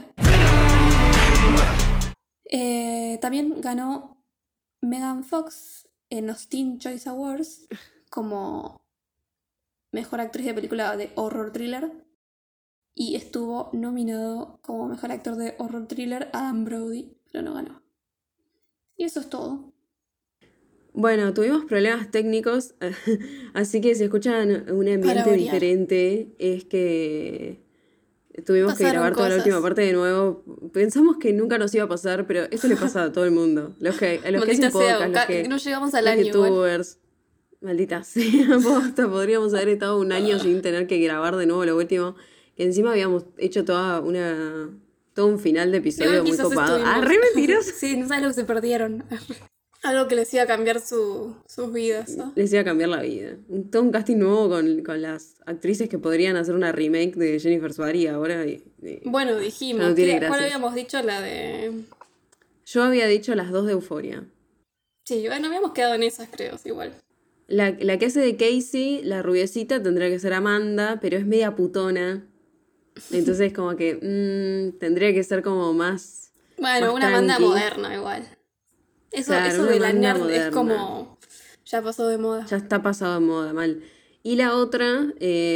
También ganó Megan Fox en los Teen Choice Awards como mejor actriz de película de horror thriller. Y estuvo nominado como mejor actor de horror thriller Adam Brody, pero no ganó. Y eso es todo. bueno, tuvimos problemas técnicos, así que si escuchan un ambiente Para variar. diferente, es que tuvimos que Pasaron grabar toda la cosas. última parte de nuevo. Pensamos que nunca nos iba a pasar, pero eso le pasa a todo el mundo. A los que Maldita hacen sea, podcast, los que no llegamos al los año igual. youtubers. Maldita sea, posta, podríamos haber estado un año sin tener que grabar de nuevo lo último. Que encima habíamos hecho todo un final de episodio Igual muy quizás copado. estuvimos- Re mentiroso. Sí, no sabes lo que se perdieron. Algo que les iba a cambiar sus vidas, ¿no? Les iba a cambiar la vida. Todo un casting nuevo con las actrices que podrían hacer una remake de Jennifer Suárez ahora. Bueno, Ya dijimos. no tiene ¿Cuál gracia. habíamos dicho? La de... Yo había dicho las dos de Euforia. Sí, bueno, habíamos quedado en esas, creo, igual. La que hace de Casey, la rubiecita, tendría que ser Amanda, pero es media putona. Entonces como que tendría que ser como más... Bueno, más una banda tranqui. moderna, igual. Eso, Claro, eso una de la banda nerd es moderna. como... Ya pasó de moda. Ya está pasado de moda, mal. Y la otra,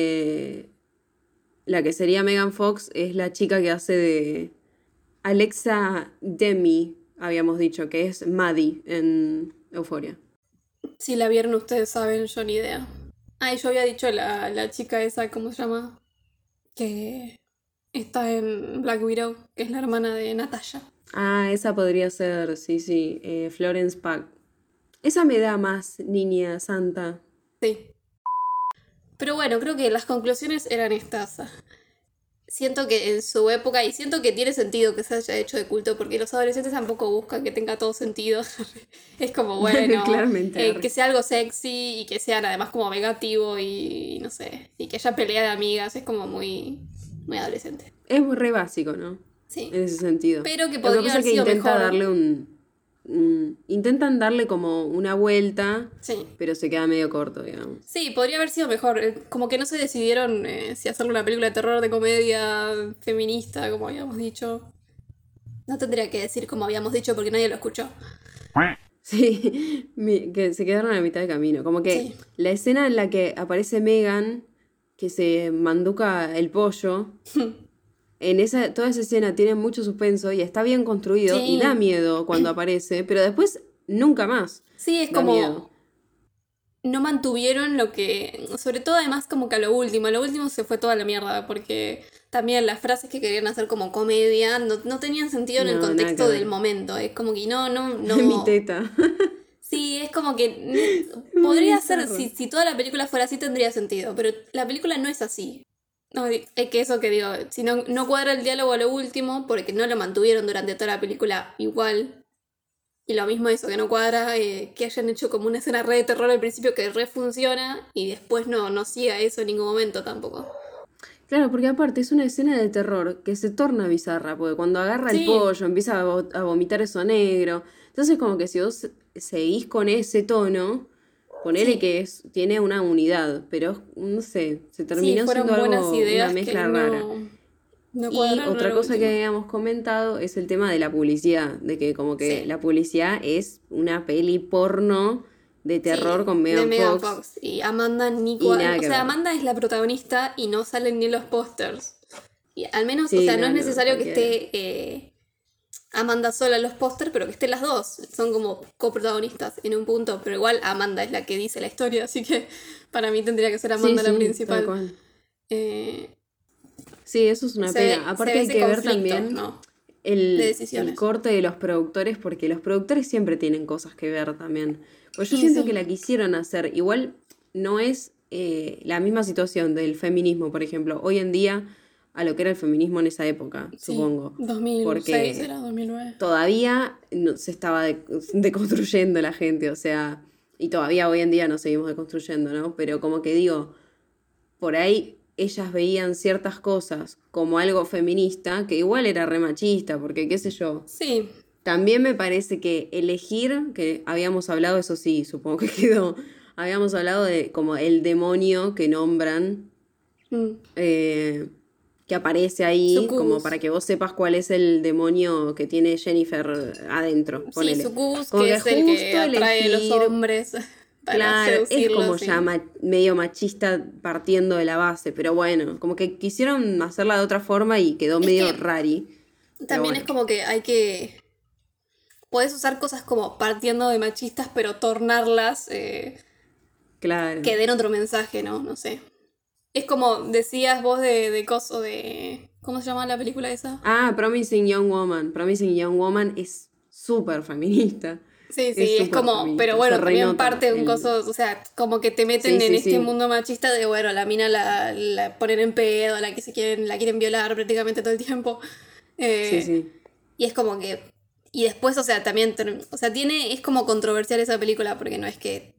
la que sería Megan Fox, es la chica que hace de Alexa Demi, habíamos dicho, que es Maddie en Euphoria. Si la vieron ustedes saben, yo ni idea. Ah, y yo había dicho la chica esa, ¿cómo se llama? Que está en Black Widow, que es la hermana de Natasha. Ah, esa podría ser, sí, Florence Pugh. Esa me da más niña santa. Sí. Pero bueno, creo que las conclusiones eran estas. Siento que en su época, y siento que tiene sentido que se haya hecho de culto, porque los adolescentes tampoco buscan que tenga todo sentido. Es como, bueno, Claramente. que sea algo sexy y que sean además como vengativo y no sé, y que haya pelea de amigas, es como muy, muy adolescente. Es re básico, ¿no? Sí. En ese sentido. Pero que Lo podría pasa haber es que sido intenta mejor. darle intentan darle como una vuelta, Sí. pero se queda medio corto, digamos. Sí, podría haber sido mejor. Como que no se decidieron si hacerle una película de terror, de comedia, feminista, como habíamos dicho. No tendría que decir como habíamos dicho porque nadie lo escuchó. Sí, que se quedaron a mitad de camino. Como que Sí. la escena en la que aparece Megan, que se manduca el pollo, toda esa escena tiene mucho suspenso y está bien construido Sí. y da miedo cuando aparece, pero después nunca más. Sí, es Da como... miedo. No mantuvieron lo que... Sobre todo además como que a lo último se fue toda la mierda, porque también las frases que querían hacer como comedia no tenían sentido en el No, nada contexto que ver. del momento. Es como que no... Mi teta. Sí, es como que podría Muy ser, bizarro. si toda la película fuera así tendría sentido, pero la película no es así. No, es que eso que digo, si no cuadra el diálogo a lo último, porque no lo mantuvieron durante toda la película igual. Y lo mismo eso, que no cuadra, que hayan hecho como una escena re de terror al principio que re funciona y después no siga eso en ningún momento tampoco. Claro, porque aparte es una escena de terror que se torna bizarra, porque cuando agarra el Sí. pollo empieza a vomitar eso negro. Entonces como que si vos seguís con ese tono, ponele Sí. que tiene una unidad, pero no sé, se terminó Sí, fueron siendo buenas algo, ideas una mezcla que rara. no Y cuadraron otra a lo cosa que último. habíamos comentado es el tema de la publicidad, de que como que Sí. la publicidad es una peli porno de terror Sí, con de Megan Megan Fox. Fox. Y Amanda ni Y cuadra. nada O que sea, ver. Amanda es la protagonista y no salen ni en los pósters. Y al menos, Sí, o sea, no es no, necesario que cualquiera. esté Amanda sola en los pósters, pero que estén las dos. Son como coprotagonistas en un punto, pero igual Amanda es la que dice la historia, así que para mí tendría que ser Amanda Sí, la sí, principal. tal cual. Eh, Sí, eso es una se ve- pena. Aparte se ve hay ese que ver conflicto, también ¿no? el, de decisiones. el corte de los productores, porque los productores siempre tienen cosas que ver también. Pues yo Sí, siento sí. que la quisieron hacer. Igual no es la misma situación del feminismo, por ejemplo, hoy en día a lo que era el feminismo en esa época, Sí, supongo. 2006 Porque era 2009. todavía no, se estaba deconstruyendo la gente, o sea, y todavía hoy en día nos seguimos deconstruyendo, ¿no? Pero como que digo, por ahí ellas veían ciertas cosas como algo feminista, que igual era re machista, porque qué sé yo. Sí, También me parece que elegir, que habíamos hablado, eso sí, supongo que quedó, habíamos hablado de como el demonio que nombran, mm, que aparece ahí, Sucubus. como para que vos sepas cuál es el demonio que tiene Jennifer adentro, sí, ponele. Sucubus, Como que es el que justo atrae a los elegir- hombres para Claro, es seducirlos. como sí. ya medio machista partiendo de la base, pero bueno, como que quisieron hacerla de otra forma y quedó Es medio que rari. Pero También bueno. es como que hay que... Podés usar cosas como partiendo de machistas, pero tornarlas Claro. que den otro mensaje, ¿no? No sé. Es como decías vos de coso de... ¿Cómo se llama la película esa? Ah, Promising Young Woman. Promising Young Woman es súper feminista. Sí, Es es súper como, feminista, pero bueno, se también renota parte de un el- coso, o sea, como que te meten Sí, en sí, este sí. mundo machista de, bueno, la mina la ponen en pedo, la quieren violar prácticamente todo el tiempo. Sí, sí. Y es como que... Y después, o sea, también... O sea, es como controversial esa película porque no es que...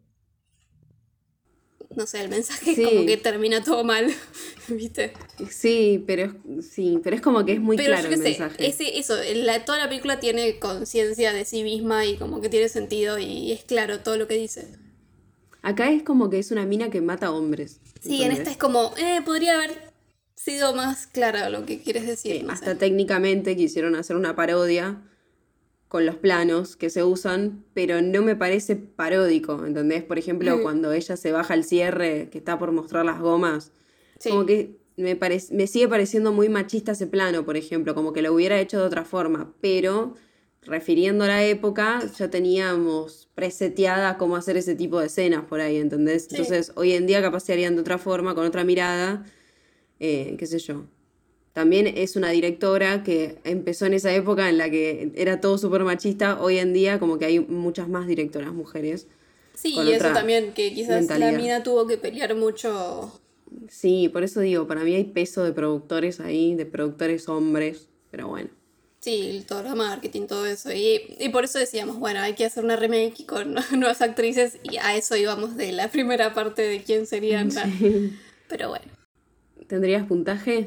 No sé, el mensaje Sí. es como que termina todo mal, ¿viste? Sí, pero es como que es muy Pero claro yo qué el sé, mensaje. toda la película tiene conciencia de sí misma y como que tiene sentido y es claro todo lo que dice. Acá es como que es una mina que mata hombres. Sí, en ¿entendés? esta es como, podría haber sido más clara lo que quieres decir, no Hasta sé. técnicamente quisieron hacer una parodia con los planos que se usan, pero no me parece paródico, ¿entendés? Por ejemplo, Mm. cuando ella se baja el cierre, que está por mostrar las gomas, Sí. como que me sigue pareciendo muy machista ese plano, por ejemplo, como que lo hubiera hecho de otra forma, pero refiriendo a la época, ya teníamos preseteada cómo hacer ese tipo de escenas por ahí, ¿entendés? Sí. Entonces, hoy en día capaz se harían de otra forma, con otra mirada, qué sé yo. También es una directora que empezó en esa época en la que era todo súper machista. Hoy en día como que hay muchas más directoras mujeres. Sí, con y eso otra también, que quizás mentalidad. la mina tuvo que pelear mucho. Sí, por eso digo, para mí hay peso de productores ahí, de productores hombres, pero bueno. Sí, todo el marketing, todo eso. Y por eso decíamos, bueno, hay que hacer una remake con nuevas actrices y a eso íbamos de la primera parte de quién serían. Pero bueno, ¿Tendrías puntaje?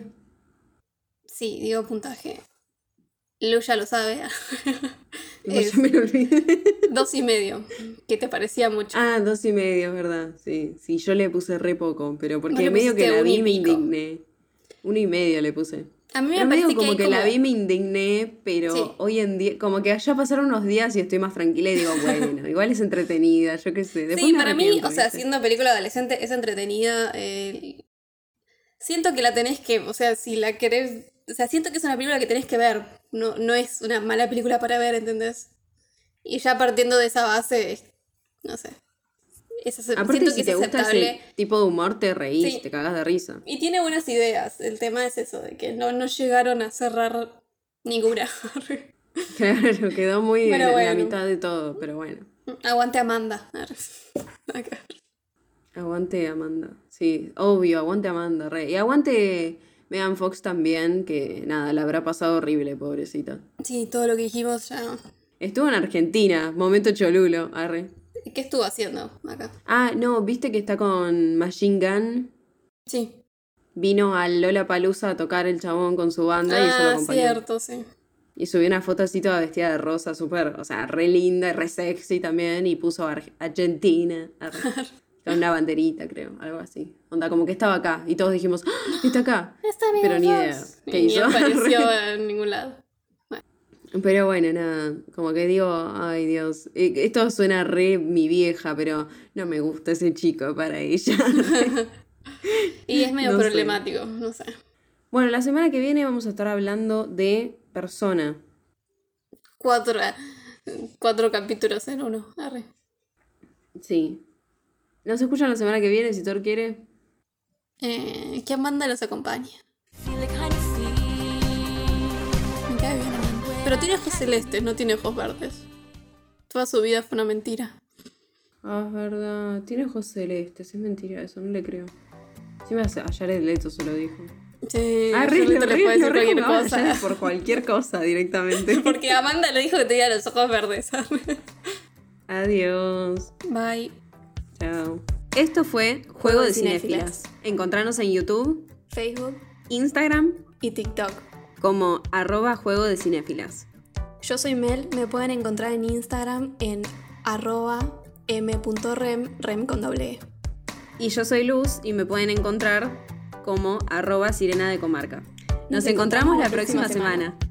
sí, digo puntaje. Lu ya lo sabe. Pues ya me lo olvidé. 2,5, que te parecía mucho. 2,5, ¿verdad? Sí, sí, yo le puse re poco, pero porque Vos le medio que pusiste la 1 y vi me pico. indigné. 1,5 le puse. A mí me Pero parece medio que como hay que la vi me indigné, pero Sí. hoy en día, como que ya pasaron unos días y estoy más tranquila y digo, bueno, igual es entretenida, yo qué sé. Después Sí, me para mí, arrepiento, o sea, ¿viste? siendo película adolescente es entretenida. Siento que la tenés que, o sea, si la querés, o sea, siento que es una película que tenés que ver. No es una mala película para ver, ¿entendés? Y ya partiendo de esa base, no sé. Aparte, Siento si que te es gusta aceptable. ese tipo de humor, te reís, Sí. te cagas de risa. Y tiene buenas ideas. El tema es eso, de que no llegaron a cerrar ninguna. Claro, quedó muy Pero en la bueno. mitad de todo, pero bueno. Aguante Amanda. Acá. Aguante Amanda. Sí, obvio, aguante Amanda, re. Y aguante Megan Fox también, que nada, la habrá pasado horrible, pobrecita. Sí, todo lo que dijimos ya. Estuvo en Argentina, momento cholulo, arre. ¿Qué estuvo haciendo acá? Ah, no, ¿viste que está con Machine Gun? Sí. Vino al Lollapalooza a tocar el chabón con su banda y eso lo acompañó. Cierto, sí. Y subió una foto así toda vestida de rosa, súper, o sea, re linda y re sexy también. Y puso Argentina, arre, con una banderita, creo, algo así. Onda, como que estaba acá. Y todos dijimos, ¡ah! Está acá. Está bien. Pero ni idea. ¿Qué Ni hizo? apareció en ningún lado. Pero bueno, nada, como que digo, ay Dios, esto suena re mi vieja, pero no me gusta ese chico para ella. Y es medio No sé. problemático, no sé. Bueno, la semana que viene vamos a estar hablando de Persona. 4 capítulos en uno. Arre. Sí. Nos escuchan la semana que viene, si Thor quiere. Que Amanda los acompañe. Me cae bien Amanda. Pero tiene ojos celestes, no tiene ojos verdes. Toda su vida fue una mentira. Ah, es verdad. Tiene ojos celestes, es mentira eso, no le creo. Sí, a Jared Leto se lo dijo. Sí, Ah, Jared Leto le puede decir cualquier jugaba a cosa. Jared por cualquier cosa directamente. Porque Amanda le dijo que tenía los ojos verdes. Adiós. Bye. Chao. Esto fue Juego de Cinéfilas. Encontranos en YouTube, Facebook Instagram, y TikTok. como @Juego de Cinéfilas. Yo soy Mel, me pueden encontrar en Instagram en @m.rem, rem con doble E. Y yo soy Luz y me pueden encontrar como @Sirena de Comarca. Nos encontramos la próxima semana.